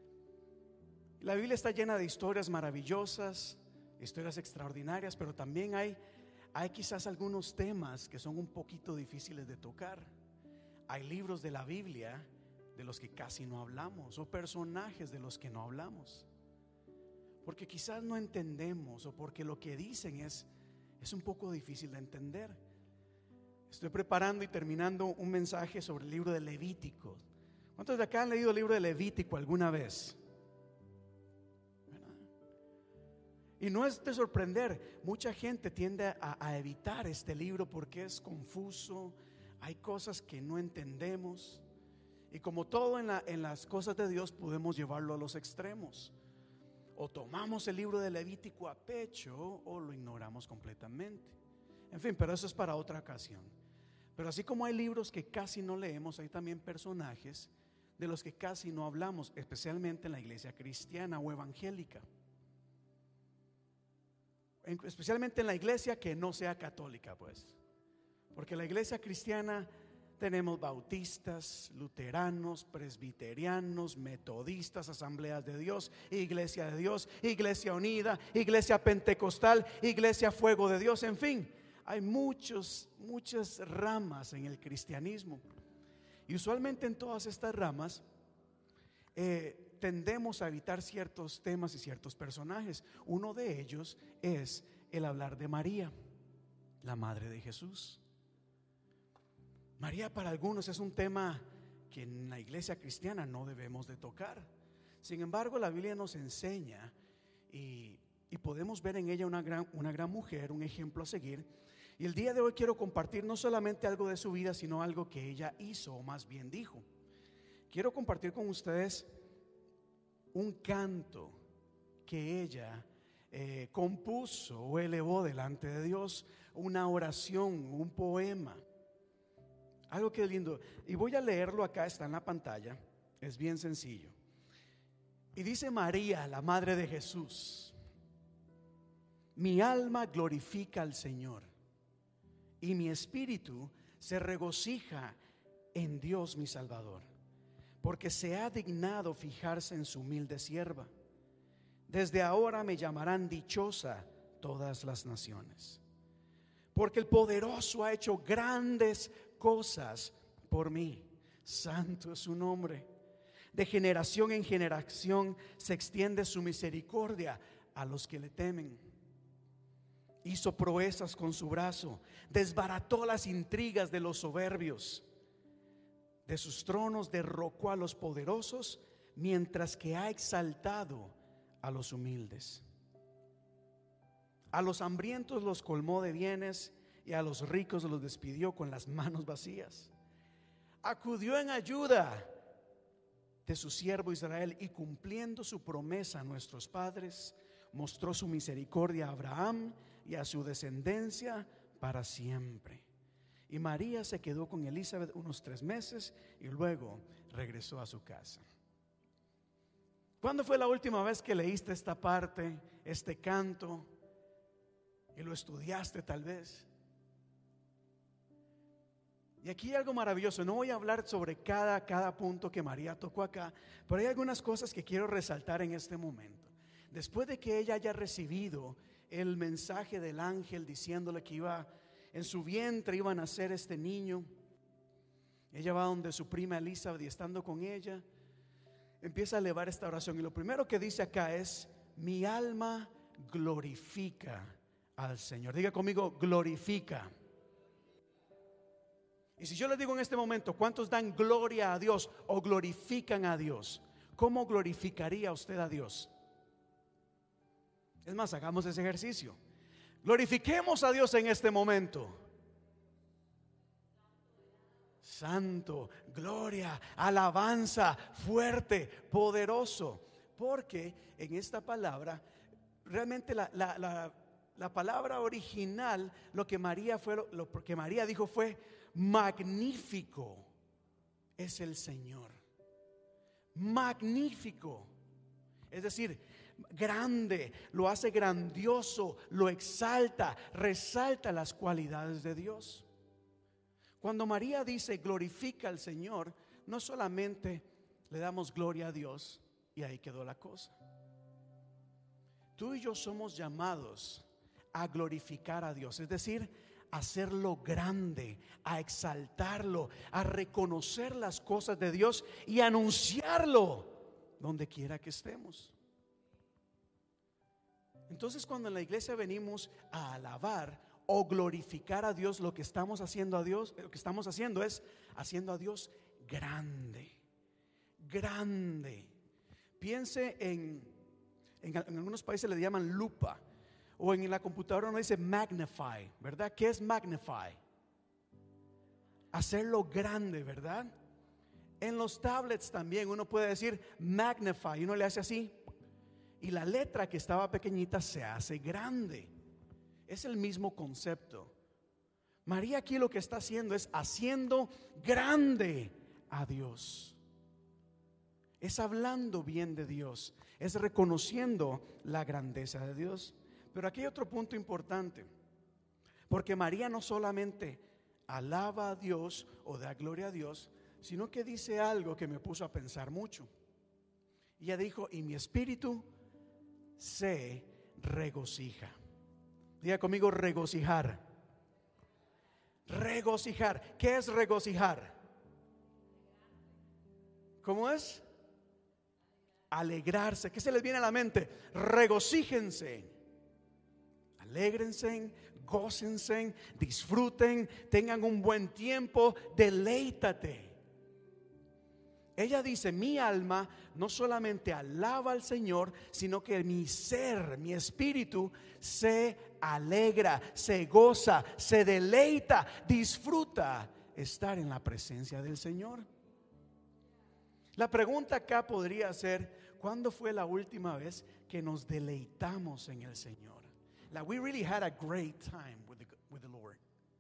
La Biblia está llena de historias maravillosas, historias extraordinarias, pero también hay, hay quizás algunos temas que son un poquito difíciles de tocar. Hay libros de la Biblia de los que casi no hablamos, o personajes de los que no hablamos, porque quizás no entendemos, o porque lo que dicen es, es un poco difícil de entender. Estoy preparando y terminando un mensaje sobre el libro de Levítico. ¿Cuántos de acá han leído el libro de Levítico alguna vez? ¿Verdad? Y no es de sorprender, mucha gente tiende a, a evitar este libro porque es confuso, hay cosas que no entendemos, y como todo en, la, en las cosas de Dios, podemos llevarlo a los extremos. O tomamos el libro de Levítico a pecho o lo ignoramos completamente. En fin, pero eso es para otra ocasión. Pero así como hay libros que casi no leemos, hay también personajes de los que casi no hablamos, especialmente en la iglesia cristiana o evangélica, especialmente en la iglesia que no sea católica, pues, porque la iglesia cristiana tenemos bautistas, luteranos, presbiterianos, metodistas, asambleas de Dios, iglesia de Dios, iglesia unida, iglesia pentecostal, iglesia fuego de Dios. En fin, hay muchos, muchas ramas en el cristianismo, y usualmente en todas estas ramas eh, tendemos a evitar ciertos temas y ciertos personajes. Uno de ellos es el hablar de María, la madre de Jesús. María para algunos es un tema que en la iglesia cristiana no debemos de tocar. Sin embargo, la Biblia nos enseña y, y podemos ver en ella una gran, una gran mujer, un ejemplo a seguir. Y el día de hoy quiero compartir no solamente algo de su vida, sino algo que ella hizo, o más bien dijo. Quiero compartir con ustedes un canto que ella eh, compuso o elevó delante de Dios, una oración, un poema. Algo que es lindo, y voy a leerlo acá, está en la pantalla, es bien sencillo. Y dice María, la madre de Jesús: mi alma glorifica al Señor, y mi espíritu se regocija en Dios mi Salvador, porque se ha dignado fijarse en su humilde sierva. Desde ahora me llamarán dichosa todas las naciones, porque el poderoso ha hecho grandes cosas por mí. Santo es su nombre. De generación en generación se extiende su misericordia a los que le temen. Hizo proezas con su brazo, desbarató las intrigas de los soberbios. De sus tronos derrocó a los poderosos, mientras que ha exaltado a los humildes. A los hambrientos los colmó de bienes, y a los ricos los despidió con las manos vacías. Acudió en ayuda de su siervo Israel, y cumpliendo su promesa a nuestros padres, mostró su misericordia a Abraham y a su descendencia para siempre. Y María se quedó con Elizabeth unos tres meses y luego regresó a su casa. ¿Cuándo fue la última vez que leíste esta parte, este canto, y lo estudiaste tal vez? Y aquí hay algo maravilloso. No voy a hablar sobre cada, cada punto que María tocó acá, pero hay algunas cosas que quiero resaltar en este momento. Después de que ella haya recibido el mensaje del ángel diciéndole que iba en su vientre iba a nacer este niño, ella va donde su prima Elizabeth y estando con ella empieza a elevar esta oración. Y lo primero que dice acá es: mi alma glorifica al Señor. Diga conmigo: glorifica. Y si yo les digo en este momento, ¿cuántos dan gloria a Dios o glorifican a Dios? ¿Cómo glorificaría usted a Dios? Es más, hagamos ese ejercicio. Glorifiquemos a Dios en este momento. Santo, gloria, alabanza, fuerte, poderoso. Porque en esta palabra, realmente la, la, la, la palabra original, lo que María fue, lo, lo que María dijo fue: magnífico es el Señor. Magnífico. Es decir, grande, lo hace grandioso, lo exalta, resalta las cualidades de Dios. Cuando María dice glorifica al Señor, no solamente le damos gloria a Dios y ahí quedó la cosa. Tú y yo somos llamados a glorificar a Dios, es decir, a hacerlo grande, a exaltarlo, a reconocer las cosas de Dios y a anunciarlo donde quiera que estemos. Entonces, cuando en la iglesia venimos a alabar o glorificar a Dios, lo que estamos haciendo a Dios, lo que estamos haciendo es haciendo a Dios grande, grande. Piense en, en, en algunos países le llaman lupa, o en la computadora uno dice magnify, ¿verdad? ¿Qué es magnify? Hacerlo grande, ¿verdad? En los tablets también uno puede decir magnify y uno le hace así y la letra que estaba pequeñita se hace grande. Es el mismo concepto. María aquí lo que está haciendo es haciendo grande a Dios. Es hablando bien de Dios, es reconociendo la grandeza de Dios. Pero aquí hay otro punto importante, porque María no solamente alaba a Dios o da gloria a Dios, sino que dice algo que me puso a pensar mucho. Ella dijo: y mi espíritu se regocija. Diga conmigo: regocijar. Regocijar. ¿Qué es regocijar? ¿Cómo es? Alegrarse. ¿Qué se les viene a la mente? Regocíjense, alégrense, gócense, disfruten, tengan un buen tiempo, deleítate. Ella dice: mi alma no solamente alaba al Señor, sino que mi ser, mi espíritu se alegra, se goza, se deleita, disfruta estar en la presencia del Señor. La pregunta acá podría ser: ¿cuándo fue la última vez que nos deleitamos en el Señor? Like we really had a great time with the, with the Lord.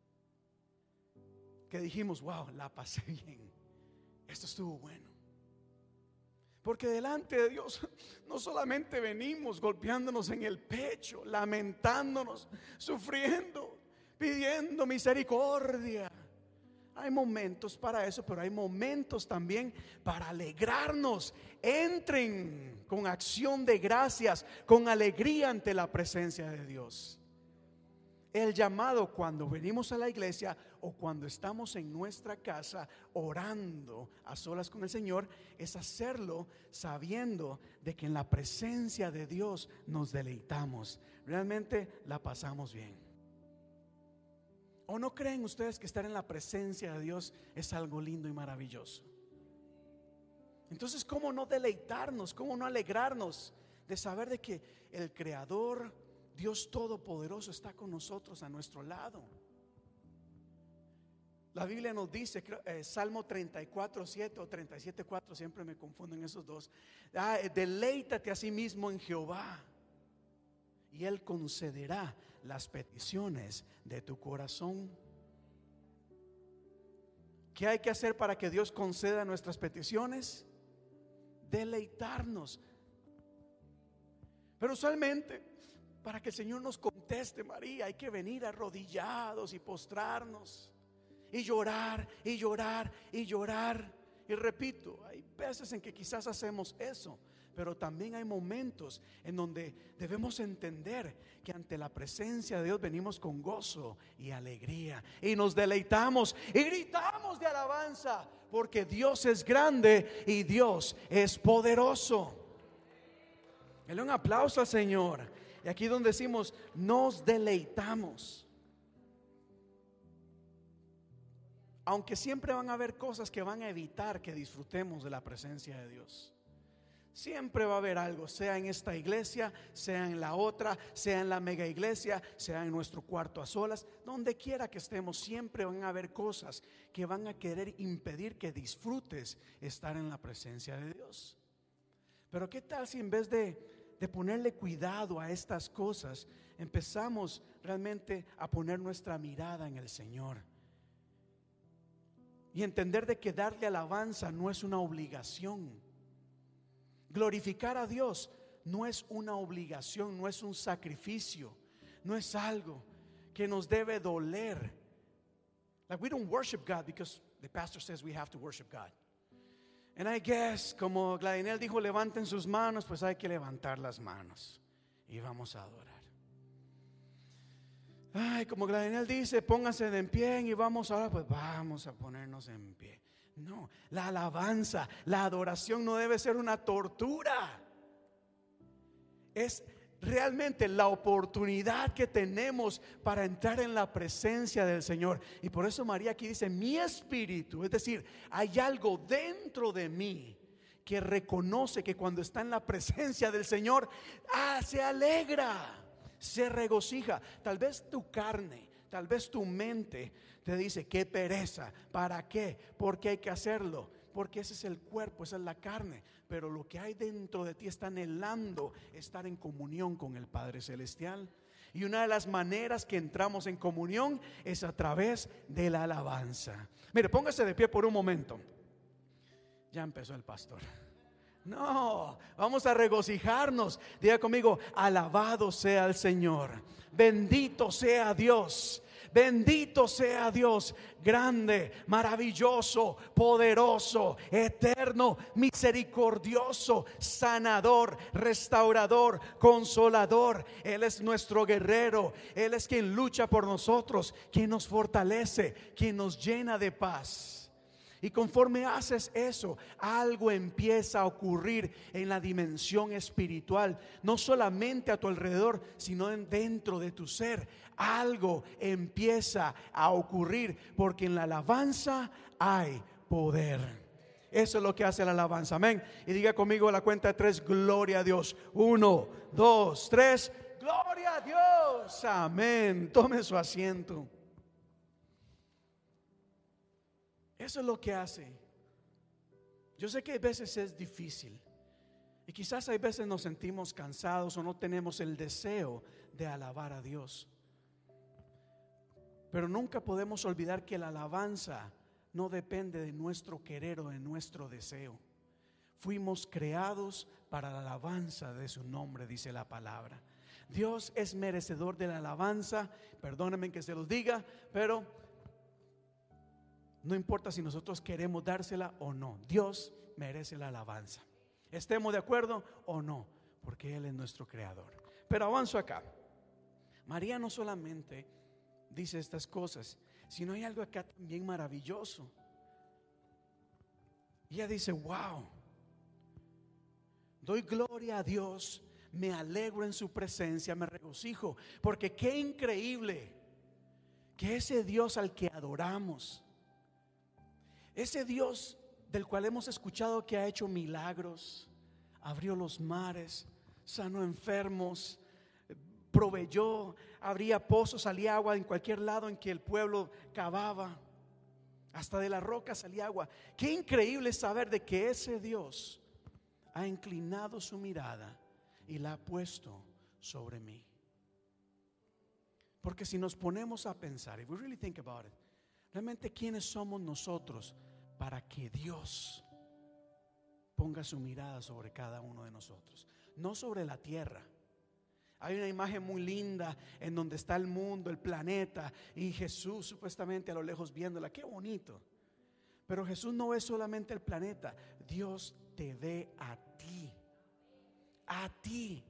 Que dijimos: wow, la pasé bien. Esto estuvo bueno. Porque delante de Dios no solamente venimos golpeándonos en el pecho, lamentándonos, sufriendo, pidiendo misericordia. Hay momentos para eso, pero hay momentos también para alegrarnos. Entren con acción de gracias, con alegría ante la presencia de Dios. El llamado cuando venimos a la iglesia o cuando estamos en nuestra casa orando a solas con el Señor es hacerlo sabiendo de que en la presencia de Dios nos deleitamos. Realmente la pasamos bien. ¿O no creen ustedes que estar en la presencia de Dios es algo lindo y maravilloso? Entonces, ¿cómo no deleitarnos? ¿Cómo no alegrarnos de saber de que el Creador, Dios Todopoderoso, está con nosotros a nuestro lado? La Biblia nos dice, eh, Salmo treinta y cuatro, siete o treinta y siete, cuatro, siempre me confundo en esos dos. Ah, deleítate a sí mismo en Jehová y Él concederá las peticiones de tu corazón. ¿Qué hay que hacer para que Dios conceda nuestras peticiones? Deleitarnos. Pero usualmente, para que el Señor nos conteste, María, hay que venir arrodillados y postrarnos y llorar y llorar y llorar. Y repito, hay veces en que quizás hacemos eso, pero también hay momentos en donde debemos entender que ante la presencia de Dios venimos con gozo y alegría y nos deleitamos y gritamos de alabanza, porque Dios es grande y Dios es poderoso. Dale un aplauso al Señor. Y aquí donde decimos nos deleitamos, aunque siempre van a haber cosas que van a evitar que disfrutemos de la presencia de Dios. Siempre va a haber algo, sea en esta iglesia, sea en la otra, sea en la mega iglesia, sea en nuestro cuarto a solas, donde quiera que estemos, siempre van a haber cosas que van a querer impedir que disfrutes estar en la presencia de Dios. Pero ¿qué tal si en vez de, de ponerle cuidado a estas cosas, empezamos realmente a poner nuestra mirada en el Señor? Y entender de que darle alabanza no es una obligación. Glorificar a Dios no es una obligación, no es un sacrificio, no es algo que nos debe doler. Like we don't worship God because the pastor says we have to worship God. And I guess, como Gladinel dijo, levanten sus manos, pues hay que levantar las manos y vamos a adorar. Ay, como Gladinel dice, pónganse de en pie y vamos ahora, pues vamos a ponernos en pie. No, la alabanza, la adoración no debe ser una tortura. Es realmente la oportunidad que tenemos para entrar en la presencia del Señor. Y por eso María aquí dice, mi espíritu, es decir, hay algo dentro de mí que reconoce que cuando está en la presencia del Señor, ah, se alegra, se regocija. Tal vez tu carne, tal vez tu mente te dice, qué pereza, ¿para qué? ¿Por qué hay que hacerlo? Porque ese es el cuerpo, esa es la carne. Pero lo que hay dentro de ti está anhelando estar en comunión con el Padre Celestial. Y una de las maneras que entramos en comunión es a través de la alabanza. Mire, póngase de pie por un momento. Ya empezó el pastor. No, vamos a regocijarnos. Diga conmigo, alabado sea el Señor, bendito sea Dios. Bendito sea Dios, grande, maravilloso, poderoso, eterno, misericordioso, sanador, restaurador, consolador. Él es nuestro guerrero. Él es quien lucha por nosotros, quien nos fortalece, quien nos llena de paz. Y conforme haces eso, algo empieza a ocurrir en la dimensión espiritual, no solamente a tu alrededor, sino dentro de tu ser. Algo empieza a ocurrir, porque en la alabanza hay poder. Eso es lo que hace la alabanza, amén. Y diga conmigo a la cuenta de tres, gloria a Dios. Uno, dos, tres, gloria a Dios, amén. Tome su asiento. Eso es lo que hace. Yo sé que a veces es difícil y quizás hay veces nos sentimos cansados o no tenemos el deseo de alabar a Dios. Pero nunca podemos olvidar que la alabanza no depende de nuestro querer o de nuestro deseo. Fuimos creados para la alabanza de su nombre, dice la palabra. Dios es merecedor de la alabanza. Perdónenme que se los diga, pero no importa si nosotros queremos dársela o no, Dios merece la alabanza. Estemos de acuerdo o no, porque Él es nuestro creador. Pero avanzo acá. María no solamente dice estas cosas, sino hay algo acá también maravilloso. Ella dice, wow, doy gloria a Dios, me alegro en su presencia, me regocijo, porque qué increíble que ese Dios al que adoramos, ese Dios del cual hemos escuchado que ha hecho milagros, abrió los mares, sanó enfermos, proveyó, abría pozos, salía agua en cualquier lado en que el pueblo cavaba, hasta de la roca salía agua. Qué increíble saber de que ese Dios ha inclinado su mirada y la ha puesto sobre mí. Porque si nos ponemos a pensar, if we really think about it, Realmente, ¿quiénes somos nosotros para que Dios ponga su mirada sobre cada uno de nosotros? No sobre la tierra. Hay una imagen muy linda en donde está el mundo, el planeta, y Jesús supuestamente a lo lejos viéndola. Qué bonito. Pero Jesús no ve solamente el planeta. Dios te ve a ti. A ti.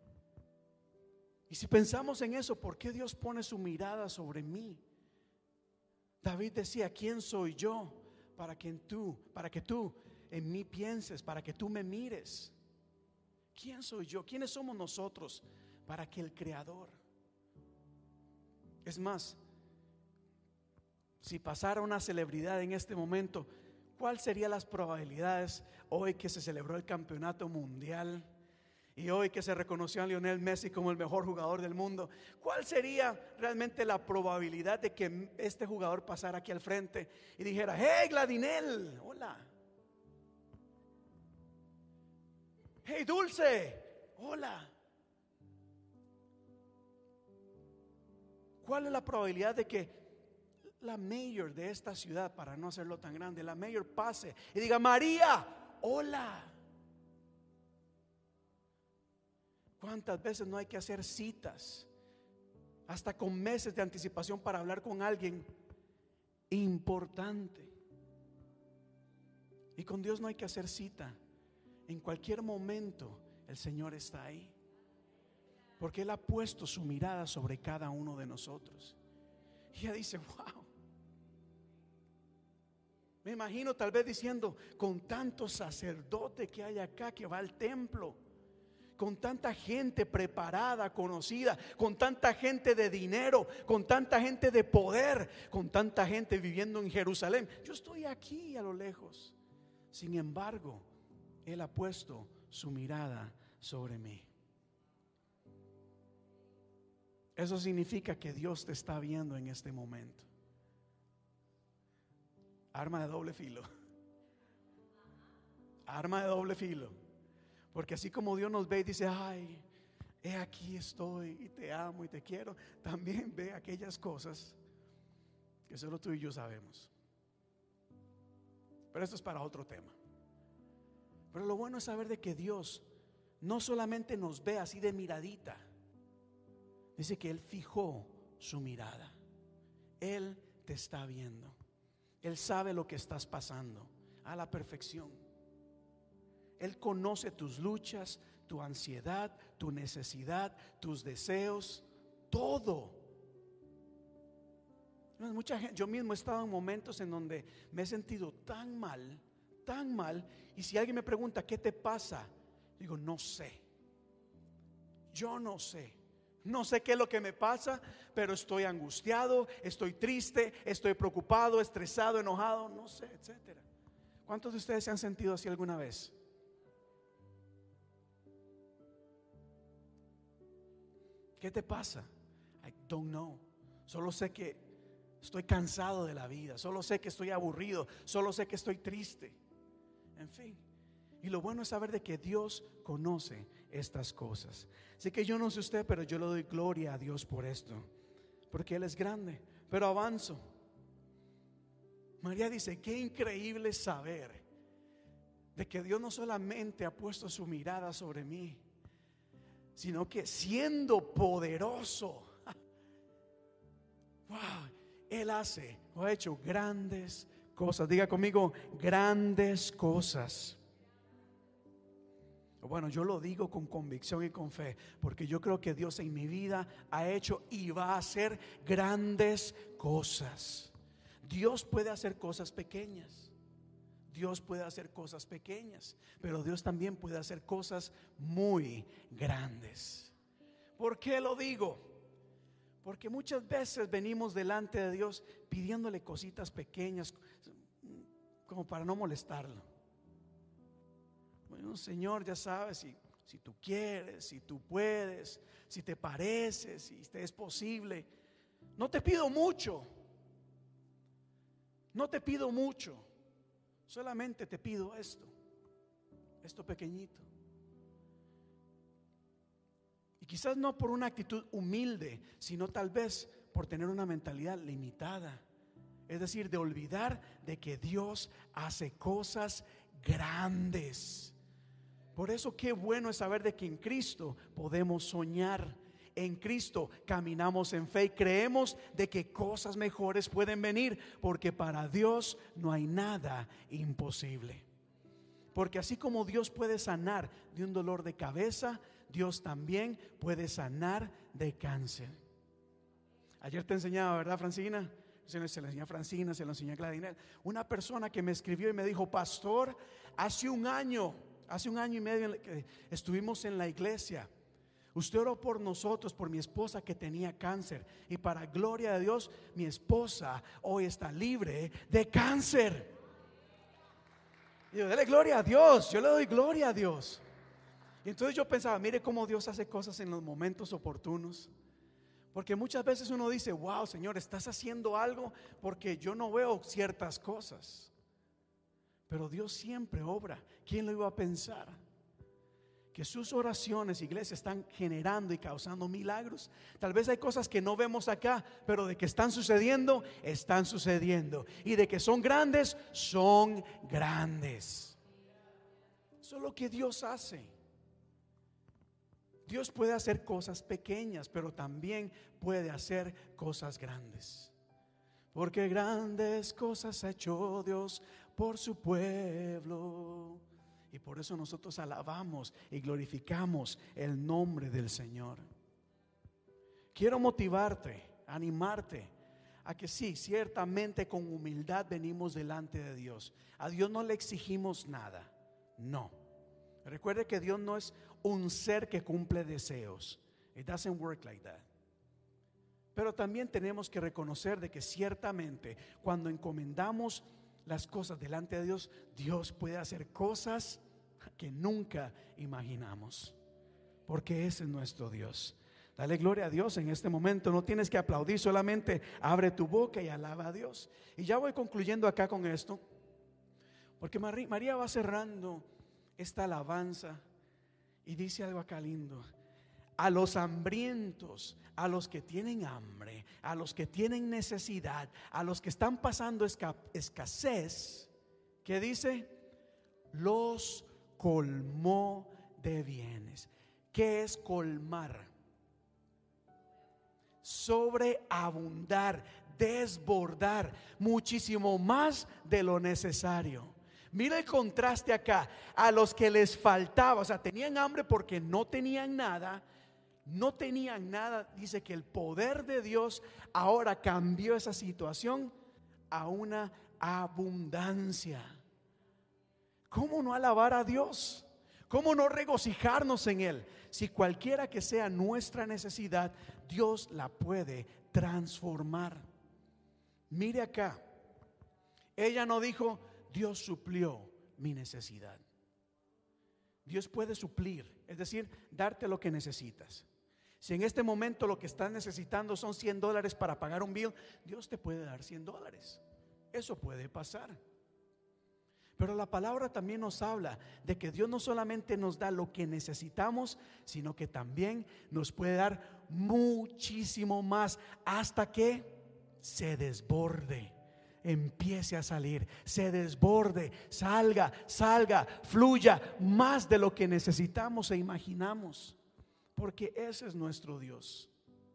Y si pensamos en eso, ¿por qué Dios pone su mirada sobre mí? David decía: ¿quién soy yo para que tú, para que tú en mí pienses, para que tú me mires? ¿Quién soy yo? ¿Quiénes somos nosotros para que el Creador? Es más, si pasara una celebridad en este momento, ¿cuáles serían las probabilidades hoy que se celebró el campeonato mundial y hoy que se reconoció a Lionel Messi como el mejor jugador del mundo? ¿Cuál sería realmente la probabilidad de que este jugador pasara aquí al frente y dijera: hey Gladinel, hola, hey Dulce, hola? ¿Cuál es la probabilidad de que la mayor de esta ciudad, para no hacerlo tan grande, la mayor pase y diga: María, hola? ¿Cuántas veces no hay que hacer citas, hasta con meses de anticipación, para hablar con alguien importante? Y con Dios no hay que hacer cita. En cualquier momento el Señor está ahí, porque Él ha puesto su mirada sobre cada uno de nosotros. Y ella dice: wow. Me imagino tal vez diciendo: con tanto sacerdote que hay acá que va al templo, con tanta gente preparada, conocida, con tanta gente de dinero, con tanta gente de poder, con tanta gente viviendo en Jerusalén, yo estoy aquí a lo lejos. Sin embargo, Él ha puesto su mirada sobre mí. Eso significa que Dios te está viendo en este momento. Arma de doble filo. Arma de doble filo. Porque así como Dios nos ve y dice: ay, he aquí estoy y te amo y te quiero, también ve aquellas cosas que solo tú y yo sabemos. Pero esto es para otro tema. Pero lo bueno es saber de que Dios no solamente nos ve así de miradita. Dice que Él fijó su mirada. Él te está viendo. Él sabe lo que estás pasando a la perfección. Él conoce tus luchas, tu ansiedad, tu necesidad, tus deseos, todo. Mucha gente, yo mismo he estado en momentos en donde me he sentido tan mal, tan mal, y si alguien me pregunta: ¿qué te pasa? Digo: no sé. Yo no sé. No sé qué es lo que me pasa, pero estoy angustiado, estoy triste, estoy preocupado, estresado, enojado, no sé, etcétera. ¿Cuántos de ustedes se han sentido así alguna vez? ¿Qué te pasa? I don't know. Solo sé que estoy cansado de la vida, solo sé que estoy aburrido, solo sé que estoy triste. En fin. Y lo bueno es saber de que Dios conoce estas cosas. Así que yo no sé usted, pero yo le doy gloria a Dios por esto, porque Él es grande. Pero avanzo. María dice: qué increíble saber de que Dios no solamente ha puesto su mirada sobre mí, sino que siendo poderoso, wow, Él hace o ha hecho grandes cosas. Diga conmigo: grandes cosas. Bueno, yo lo digo con convicción y con fe, porque yo creo que Dios en mi vida ha hecho y va a hacer grandes cosas. Dios puede hacer cosas pequeñas. Dios puede hacer cosas pequeñas, pero Dios también puede hacer cosas muy grandes. ¿Por qué lo digo? Porque muchas veces venimos delante de Dios pidiéndole cositas pequeñas, como para no molestarlo. Bueno, Señor, ya sabes, si, si tú quieres, si tú puedes, si te parece, si te es posible. No te pido mucho. No te pido mucho. Solamente te pido esto, esto pequeñito. Y quizás no por una actitud humilde, sino tal vez por tener una mentalidad limitada, Es decir, de olvidar de que Dios hace cosas grandes. Por eso qué bueno es saber de que en Cristo podemos soñar. En Cristo caminamos en fe y creemos de que cosas mejores pueden venir, porque para Dios no hay nada imposible. Porque así como Dios puede sanar de un dolor de cabeza, Dios también puede sanar de cáncer. Ayer te enseñaba, ¿verdad, Francina? Se lo enseñé a Francina, se lo enseñé a Gladinel. Una persona que me escribió y me dijo: pastor, hace un año, hace un año y medio que estuvimos en la iglesia, usted oró por nosotros, por mi esposa que tenía cáncer, y para gloria de Dios, mi esposa hoy está libre de cáncer. Y yo, dale gloria a Dios, yo le doy gloria a Dios. Y entonces yo pensaba, mire cómo Dios hace cosas en los momentos oportunos. Porque muchas veces uno dice: wow, Señor, estás haciendo algo porque yo no veo ciertas cosas. Pero Dios siempre obra. ¿Quién lo iba a pensar? Que sus oraciones, iglesia, están generando y causando milagros. Tal vez hay cosas que no vemos acá, pero de que están sucediendo, están sucediendo. Y de que son grandes, son grandes. Eso es lo que Dios hace. Dios puede hacer cosas pequeñas, pero también puede hacer cosas grandes. Porque grandes cosas ha hecho Dios por su pueblo. Y por eso nosotros alabamos y glorificamos el nombre del Señor. Quiero motivarte, animarte a que sí, ciertamente con humildad venimos delante de Dios. A Dios no le exigimos nada, no. Recuerde que Dios no es un ser que cumple deseos. It doesn't work like that. Pero también tenemos que reconocer de que ciertamente cuando encomendamos las cosas delante de Dios, Dios puede hacer cosas que nunca imaginamos, porque ese es nuestro Dios. Dale gloria a Dios en este momento. No tienes que aplaudir, solamente abre tu boca y alaba a Dios. Y ya voy concluyendo acá con esto, porque María va cerrando esta alabanza y dice algo acá lindo: a los hambrientos, a los que tienen hambre, a los que tienen necesidad, a los que están pasando escasez, ¿qué dice? Los colmó de bienes. ¿Qué es colmar? Sobreabundar, desbordar, muchísimo más de lo necesario. Mira el contraste acá. A los que les faltaba, o sea, tenían hambre porque no tenían nada, no tenían nada. Dice que el poder de Dios ahora cambió esa situación a una abundancia. ¿Cómo no alabar a Dios? ¿Cómo no regocijarnos en Él? Si cualquiera que sea nuestra necesidad, Dios la puede transformar. Mire acá, ella no dijo: Dios suplió mi necesidad. Dios puede suplir, es decir, darte lo que necesitas. Si en este momento lo que estás necesitando son cien dólares para pagar un bill, Dios te puede dar cien dólares. Eso puede pasar. Pero la palabra también nos habla de que Dios no solamente nos da lo que necesitamos, sino que también nos puede dar muchísimo más, hasta que se desborde, empiece a salir, se desborde, salga, salga, fluya más de lo que necesitamos e imaginamos, porque ese es nuestro Dios.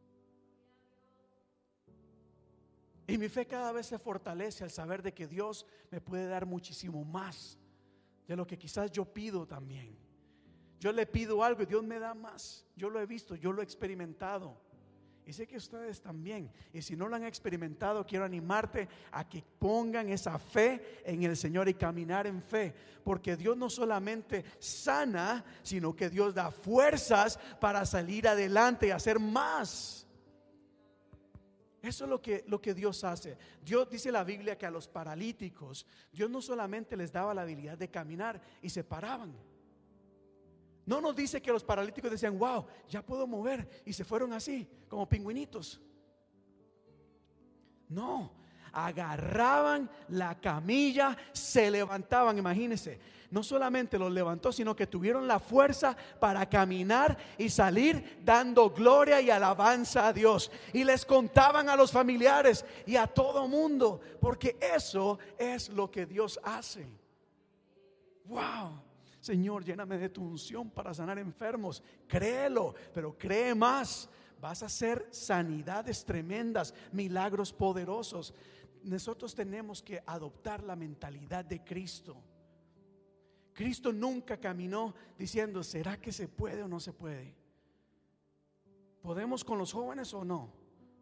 Y mi fe cada vez se fortalece al saber de que Dios me puede dar muchísimo más de lo que quizás yo pido también. Yo le pido algo y Dios me da más. Yo lo he visto, yo lo he experimentado. Y sé que ustedes también. Y si no lo han experimentado, quiero animarte a que pongan esa fe en el Señor y caminar en fe. Porque Dios no solamente sana, sino que Dios da fuerzas para salir adelante y hacer más. Eso es lo que, lo que Dios hace. Dios, dice la Biblia, que a los paralíticos Dios no solamente les daba la habilidad de caminar y se paraban. No nos dice que los paralíticos decían: wow, ya puedo mover, y se fueron así como pingüinitos. No, agarraban la camilla, se levantaban. Imagínense, no solamente los levantó, sino que tuvieron la fuerza para caminar y salir dando gloria y alabanza a Dios. Y les contaban a los familiares y a todo mundo, porque eso es lo que Dios hace. Wow. Señor, lléname de tu unción para sanar enfermos. Créelo, pero cree más. Vas a hacer sanidades tremendas, milagros poderosos. Nosotros tenemos que adoptar la mentalidad de Cristo. Cristo nunca caminó diciendo, ¿será que se puede o no se puede? ¿Podemos con los jóvenes o no?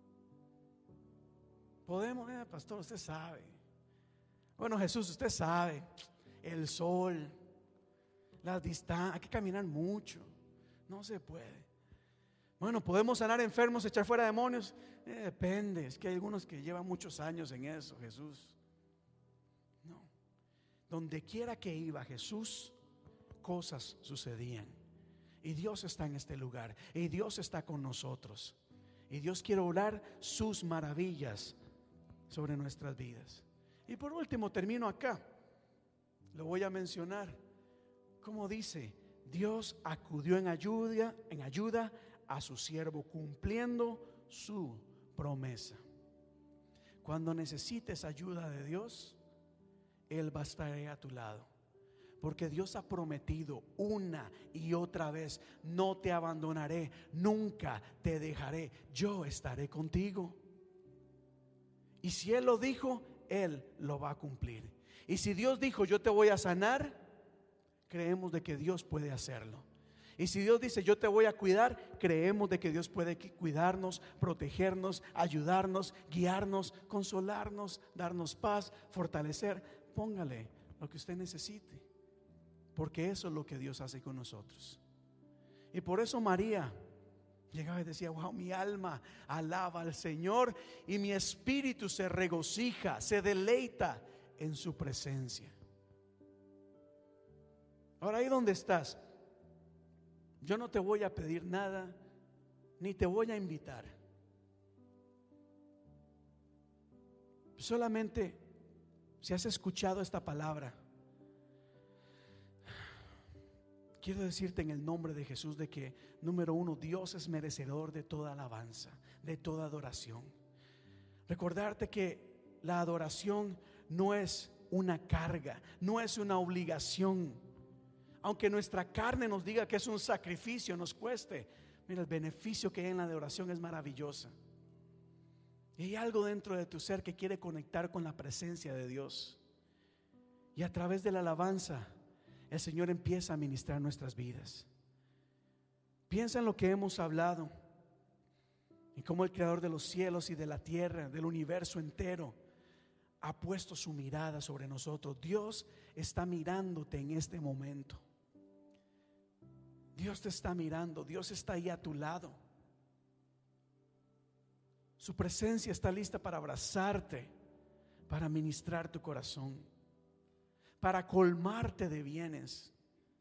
Podemos, eh, pastor, usted sabe. Bueno, Jesús, usted sabe. El sol, las distancias, hay que caminar mucho. No se puede. Bueno, ¿podemos sanar enfermos, echar fuera demonios? Eh, depende, es que hay algunos que llevan muchos años en eso, Jesús. No, donde quiera que iba Jesús, cosas sucedían. Y Dios está en este lugar, y Dios está con nosotros. Y Dios quiere obrar sus maravillas sobre nuestras vidas. Y por último, termino acá. Lo voy a mencionar. Como dice, Dios acudió en ayuda, en ayuda a su siervo, cumpliendo su promesa. Cuando necesites ayuda de Dios, Él va a estar ahí a tu lado, porque Dios ha prometido una y otra vez: no te abandonaré, nunca te dejaré, yo estaré contigo. Y si Él lo dijo, Él lo va a cumplir. Y si Dios dijo, yo te voy a sanar, creemos de que Dios puede hacerlo. Y si Dios dice, yo te voy a cuidar, creemos de que Dios puede cuidarnos, protegernos, ayudarnos, guiarnos, consolarnos, darnos paz, fortalecer. Póngale lo que usted necesite, porque eso es lo que Dios hace con nosotros. Y por eso María llegaba y decía, wow, mi alma alaba al Señor y mi espíritu se regocija, se deleita en su presencia. Ahora, ahí donde estás, yo no te voy a pedir nada, ni te voy a invitar. Solamente, si has escuchado esta palabra, quiero decirte en el nombre de Jesús de que, número uno, Dios es merecedor de toda alabanza, de toda adoración. Recordarte que la adoración no es una carga, no es una obligación. Aunque nuestra carne nos diga que es un sacrificio, nos cueste, mira, el beneficio que hay en la adoración es maravillosa. Y hay algo dentro de tu ser que quiere conectar con la presencia de Dios. Y a través de la alabanza, el Señor empieza a ministrar nuestras vidas. Piensa en lo que hemos hablado y cómo el Creador de los cielos y de la tierra, del universo entero, ha puesto su mirada sobre nosotros. Dios está mirándote en este momento. Dios te está mirando, Dios está ahí a tu lado. Su presencia está lista para abrazarte, para ministrar tu corazón, para colmarte de bienes.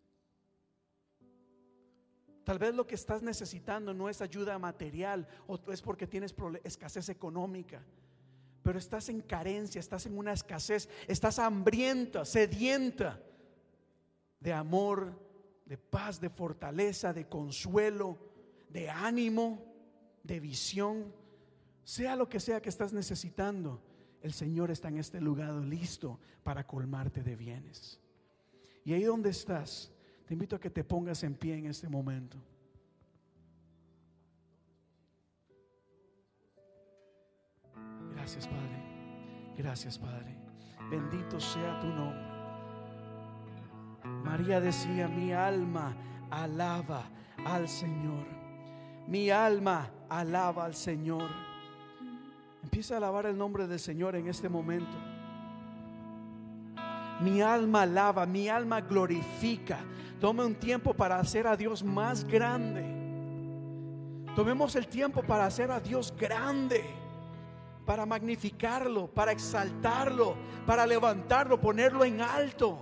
Tal vez lo que estás necesitando no es ayuda material, o es porque tienes escasez económica, pero estás en carencia, estás en una escasez, estás hambrienta, sedienta de amor, de paz, de fortaleza, de consuelo, de ánimo, de visión. Sea lo que sea que estás necesitando, el Señor está en este lugar listo para colmarte de bienes. Y ahí donde estás, te invito a que te pongas en pie en este momento. Gracias, Padre. Gracias, Padre. Bendito sea tu nombre. María decía, mi alma alaba al Señor. Mi alma alaba al Señor. Empieza a alabar el nombre del Señor en este momento. Mi alma alaba, mi alma glorifica. Tome un tiempo para hacer a Dios más grande. Tomemos el tiempo para hacer a Dios grande, para magnificarlo, para exaltarlo, para levantarlo, ponerlo en alto.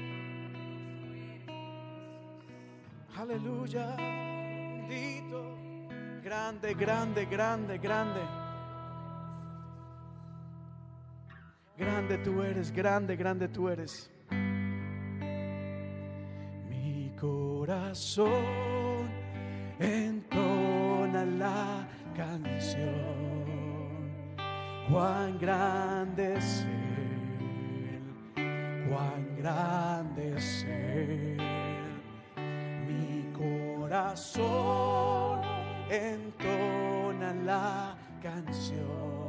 Aleluya, bendito, grande, grande, grande, grande. Grande tú eres, grande, grande tú eres. Mi corazón entona la canción. Cuán grande es Él, cuán grande es Él. Mi corazón entona la canción.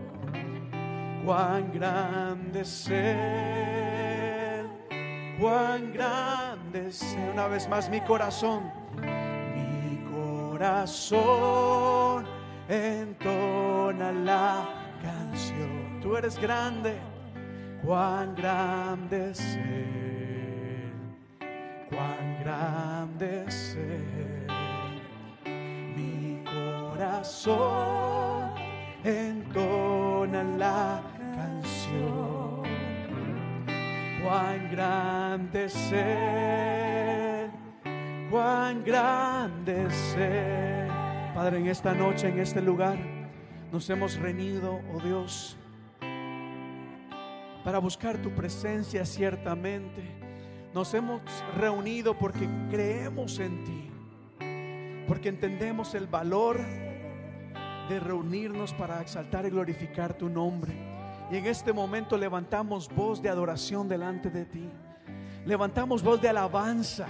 Cuán grande es Él, cuán grande es Él. Una vez más, mi corazón, mi corazón entona la canción. Tú eres grande, cuán grande es Él, cuán grande es Él. Mi corazón entona la canción. Cuán grande es Él, cuán grande es Él. Padre, en esta noche, en este lugar, nos hemos reunido, oh Dios, para buscar tu presencia. Ciertamente nos hemos reunido porque creemos en ti, porque entendemos el valor de reunirnos para exaltar y glorificar tu nombre. Y en este momento levantamos voz de adoración delante de ti, levantamos voz de alabanza,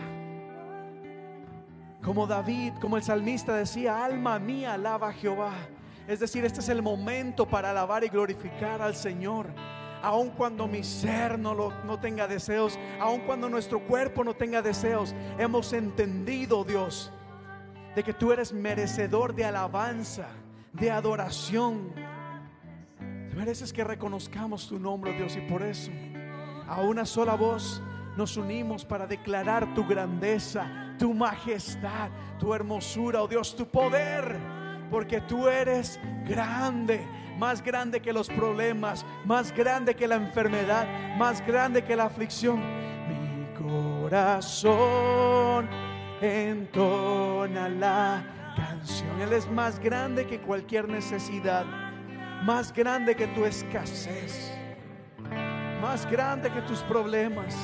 como David, como el salmista decía: alma mía, alaba a Jehová. Es decir, este es el momento para alabar y glorificar al Señor. Aun cuando mi ser no, lo, no tenga deseos, aun cuando nuestro cuerpo no tenga deseos, hemos entendido, Dios, de que tú eres merecedor de alabanza, de adoración. Te mereces que reconozcamos tu nombre, Dios, y por eso a una sola voz nos unimos para declarar tu grandeza, tu majestad, tu hermosura, oh Dios, tu poder, porque tú eres grande, más grande que los problemas, más grande que la enfermedad, más grande que la aflicción. Mi corazón entona la canción. Él es más grande que cualquier necesidad, más grande que tu escasez, más grande que tus problemas.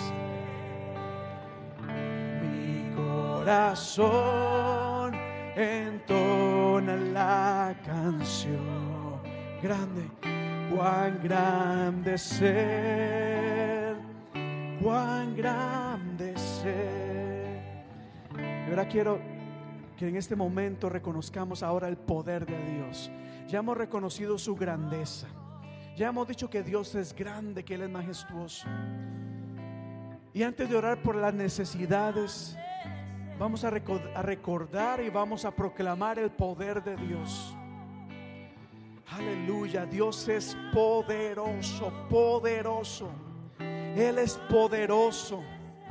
Mi corazón entona la canción. Grande, cuán grande es Él, cuán grande es Él. Y ahora quiero que en este momento reconozcamos ahora el poder de Dios. Ya hemos reconocido su grandeza, ya hemos dicho que Dios es grande, que Él es majestuoso. Y antes de orar por las necesidades, vamos a recordar y vamos a proclamar el poder de Dios. Aleluya, Dios es poderoso, poderoso. Él es poderoso.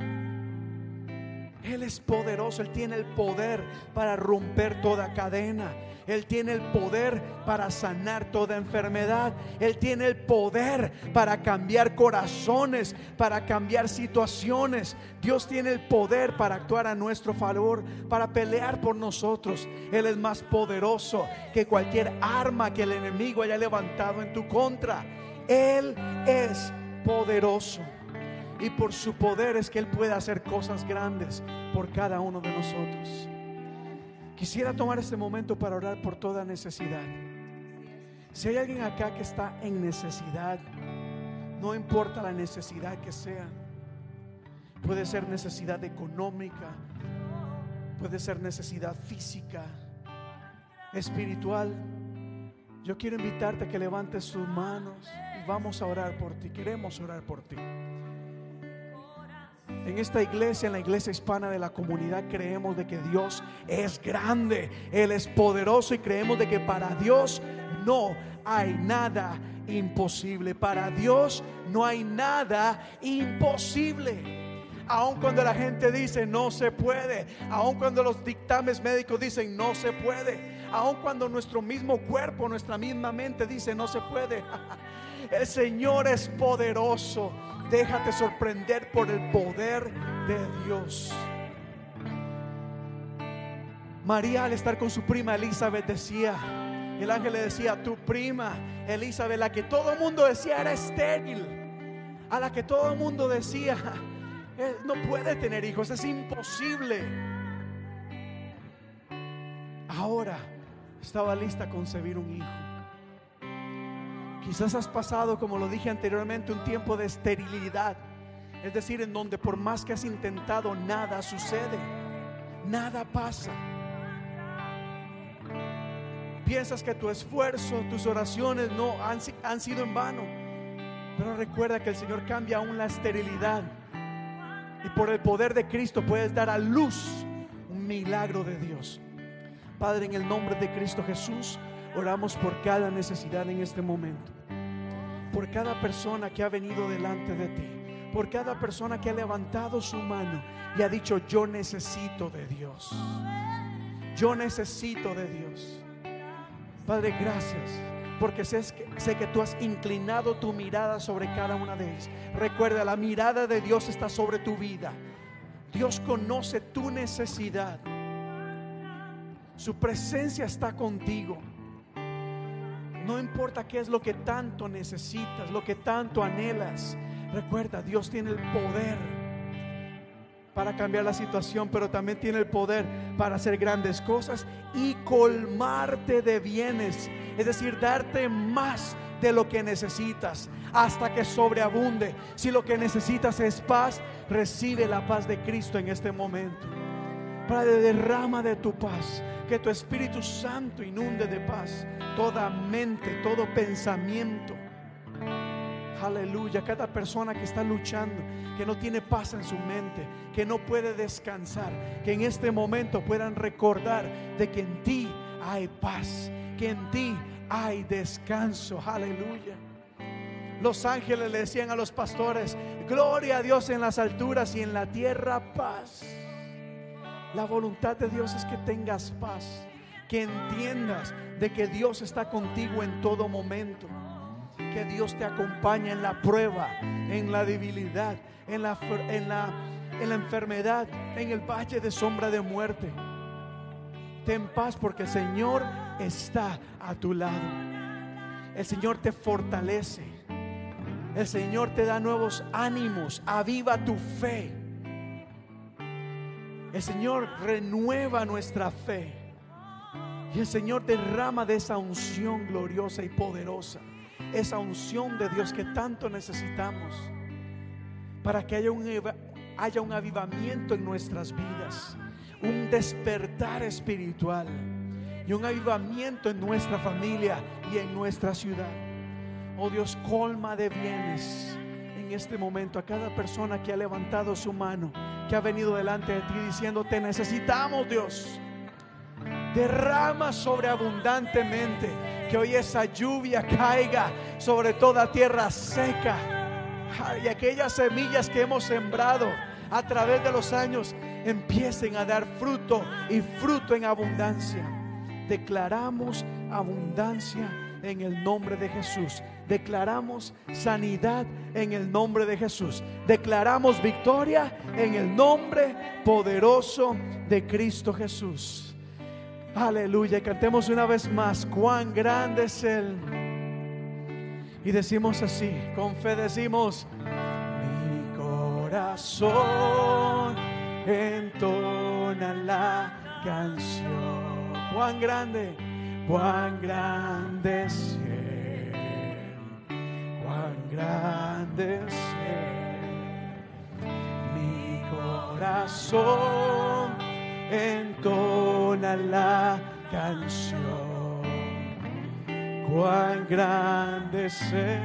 Él es poderoso, Él tiene el poder para romper toda cadena. Él tiene el poder para sanar toda enfermedad. Él tiene el poder para cambiar corazones, para cambiar situaciones. Dios tiene el poder para actuar a nuestro favor, para pelear por nosotros. Él es más poderoso que cualquier arma que el enemigo haya levantado en tu contra. Él es poderoso. Y por su poder es que Él puede hacer cosas grandes por cada uno de nosotros. Quisiera tomar este momento para orar por toda necesidad. Si hay alguien acá que está en necesidad, no importa la necesidad que sea, puede ser necesidad económica, puede ser necesidad física, espiritual. Yo quiero invitarte a que levantes tus manos y vamos a orar por ti. Queremos orar por ti. En esta iglesia, en la iglesia hispana de la comunidad, creemos de que Dios es grande, Él es poderoso, y creemos de que para Dios no hay nada imposible. Para Dios no hay nada imposible. Aun cuando la gente dice no se puede, aun cuando los dictámenes médicos dicen no se puede, aun cuando nuestro mismo cuerpo, nuestra misma mente dice no se puede, el Señor es poderoso. Déjate sorprender por el poder de Dios. María, al estar con su prima Elizabeth, decía: El ángel le decía a tu prima Elizabeth, la que todo el mundo decía era estéril, a la que todo el mundo decía no puede tener hijos, es imposible, ahora estaba lista a concebir un hijo. Quizás has pasado, como lo dije anteriormente, un tiempo de esterilidad, es decir, en donde por más que has intentado, nada sucede, nada pasa. Piensas que tu esfuerzo, tus oraciones no han, han sido en vano, pero recuerda que el Señor cambia aún la esterilidad, y por el poder de Cristo puedes dar a luz un milagro de Dios. Padre, en el nombre de Cristo Jesús, oramos por cada necesidad en este momento, por cada persona que ha venido delante de ti, por cada persona que ha levantado su mano y ha dicho: yo necesito de Dios, yo necesito de Dios. Padre, gracias, porque sé que, sé que tú has inclinado tu mirada sobre cada una de ellas. Recuerda, la mirada de Dios está sobre tu vida. Dios conoce tu necesidad, su presencia está contigo. No importa qué es lo que tanto necesitas, lo que tanto anhelas. Recuerda, Dios tiene el poder para cambiar la situación, pero también tiene el poder para hacer grandes cosas y colmarte de bienes, es decir, darte más de lo que necesitas hasta que sobreabunde. Si lo que necesitas es paz, recibe la paz de Cristo en este momento. Padre, derrama de tu paz, que tu Espíritu Santo inunde de paz toda mente, todo pensamiento. Aleluya. Cada persona que está luchando, que no tiene paz en su mente, que no puede descansar, que en este momento puedan recordar de que en ti hay paz, que en ti hay descanso. Aleluya. Los ángeles le decían a los pastores: gloria a Dios en las alturas y en la tierra paz. La voluntad de Dios es que tengas paz, que entiendas de que Dios está contigo en todo momento, que Dios te acompaña en la prueba, en la debilidad, en la, en la, en la enfermedad, en el valle de sombra de muerte. Ten paz, porque el Señor está a tu lado. El Señor te fortalece, el Señor te da nuevos ánimos, aviva tu fe. El Señor renueva nuestra fe, y el Señor derrama de esa unción gloriosa y poderosa, esa unción de Dios que tanto necesitamos para que haya un, haya un avivamiento en nuestras vidas, un despertar espiritual y un avivamiento en nuestra familia y en nuestra ciudad. Oh Dios, colma de bienes en este momento a cada persona que ha levantado su mano, que ha venido delante de ti diciendo: te necesitamos, Dios. Derrama sobreabundantemente, que hoy esa lluvia caiga sobre toda tierra seca, y aquellas semillas que hemos sembrado a través de los años empiecen a dar fruto, y fruto en abundancia. Declaramos abundancia en el nombre de Jesús. Declaramos sanidad en el nombre de Jesús. Declaramos victoria en el nombre poderoso de Cristo Jesús. Aleluya. Y cantemos una vez más: cuán grande es Él. Y decimos así, con fe decimos: mi corazón entona la canción. Cuán grande, cuán grande es Él, cuán grande es Él. Mi corazón entona la canción. Cuán grande es Él,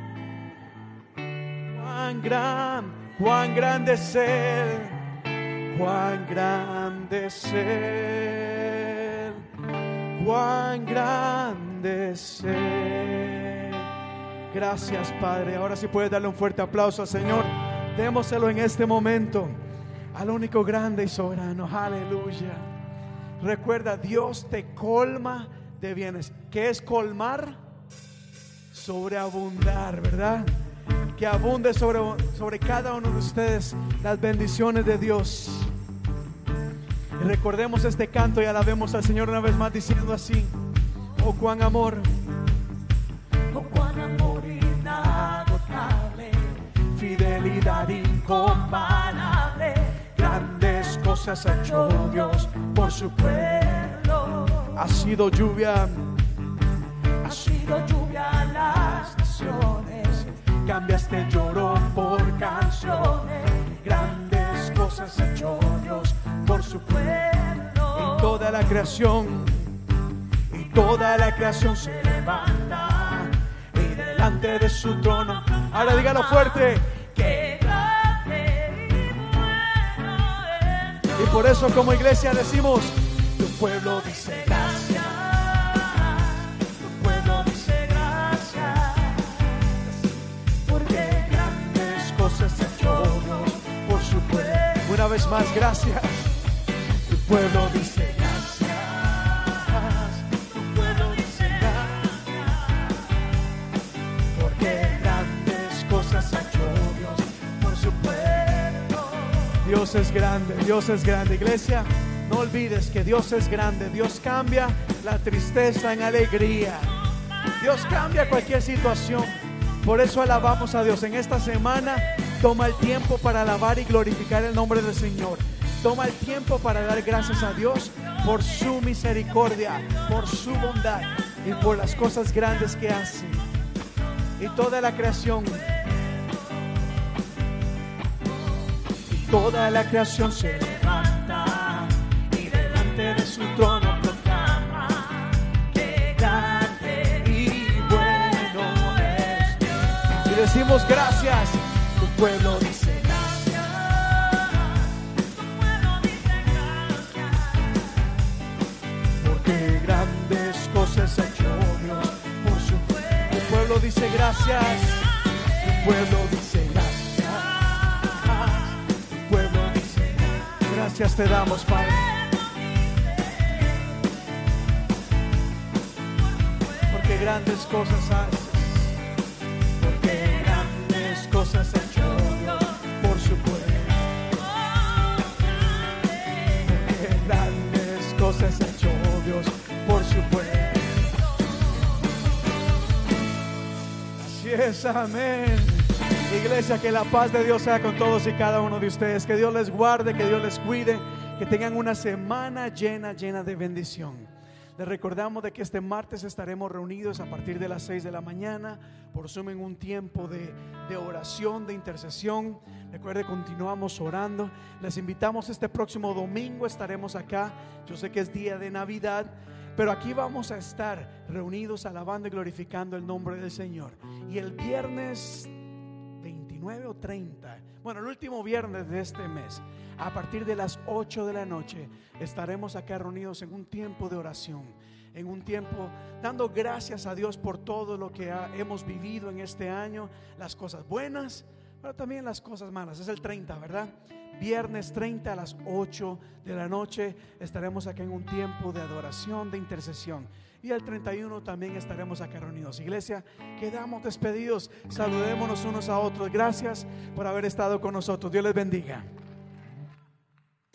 cuán gran, cuán grande es Él, cuán grande es Él, cuán grande es Él. Gracias, Padre. Ahora sí puedes darle un fuerte aplauso al Señor. Démoselo en este momento al único grande y soberano. Aleluya. Recuerda, Dios te colma de bienes. ¿Qué es colmar? Sobreabundar, ¿verdad? Que abunde sobre, sobre cada uno de ustedes las bendiciones de Dios. Y recordemos este canto y alabemos al Señor una vez más diciendo así: Oh, cuán amor, oh, cuán amor inagotable, fidelidad incomparable, grandes cosas ha hecho Dios por su pueblo. ha sido lluvia, Ha sido lluvia a las naciones, cambiaste el lloro por canciones, grandes cosas ha hecho Dios por su pueblo. y toda la creación, Y toda la creación se levanta y delante de su trono. ahora dígalo fuerte. Qué grande y bueno es Dios. Y por eso como iglesia decimos, Tu pueblo dice gracias, tu pueblo dice gracias, porque grandes cosas ha hecho Dios por su pueblo. una vez más, gracias. Tu pueblo dice gracias, tu pueblo dice gracias, porque grandes cosas ha hecho Dios por su pueblo. Dios es grande, Dios es grande. Iglesia, no olvides que Dios es grande. Dios cambia la tristeza en alegría. Dios cambia cualquier situación. Por eso alabamos a Dios. En esta semana, toma el tiempo para alabar y glorificar el nombre del Señor. Toma el tiempo para dar gracias a Dios por su misericordia, por su bondad y por las cosas grandes que hace. Y toda la creación, Y toda la creación se levanta y delante de su trono proclama que grande y bueno es Dios. y decimos gracias. Tu pueblo dice gracias, tu pueblo dice gracias, porque grandes cosas ha hecho Dios por su pueblo. El pueblo dice gracias. Tu pueblo dice gracias, tu pueblo dice gracias. Gracias te damos, Padre, porque grandes cosas haces. Porque grandes cosas ha hecho Dios por su pueblo. Porque grandes cosas ha hecho Dios por su pueblo. Así es, amén. Iglesia, que la paz de Dios sea con todos y cada uno de ustedes. Que Dios les guarde, que Dios les cuide, que tengan una semana llena, llena de bendición. Les recordamos de que este martes estaremos reunidos a partir de las seis de la mañana por Zoom en un tiempo de, de oración, de intercesión. Recuerde, continuamos orando. Les invitamos este próximo domingo, estaremos acá. Yo sé que es día de Navidad, pero aquí vamos a estar reunidos alabando y glorificando el nombre del Señor. Y el viernes veintinueve o treinta, bueno, el último viernes de este mes, a partir de las ocho de la noche, estaremos acá reunidos en un tiempo de oración, en un tiempo dando gracias a Dios por todo lo que ha, hemos vivido en este año, las cosas buenas, pero también las cosas malas. Es el treinta, ¿verdad? Viernes treinta a las ocho de la noche estaremos acá en un tiempo de adoración, de intercesión. Y el treinta y uno también estaremos acá reunidos. Iglesia, quedamos despedidos. Saludémonos unos a otros. Gracias por haber estado con nosotros. Dios les bendiga.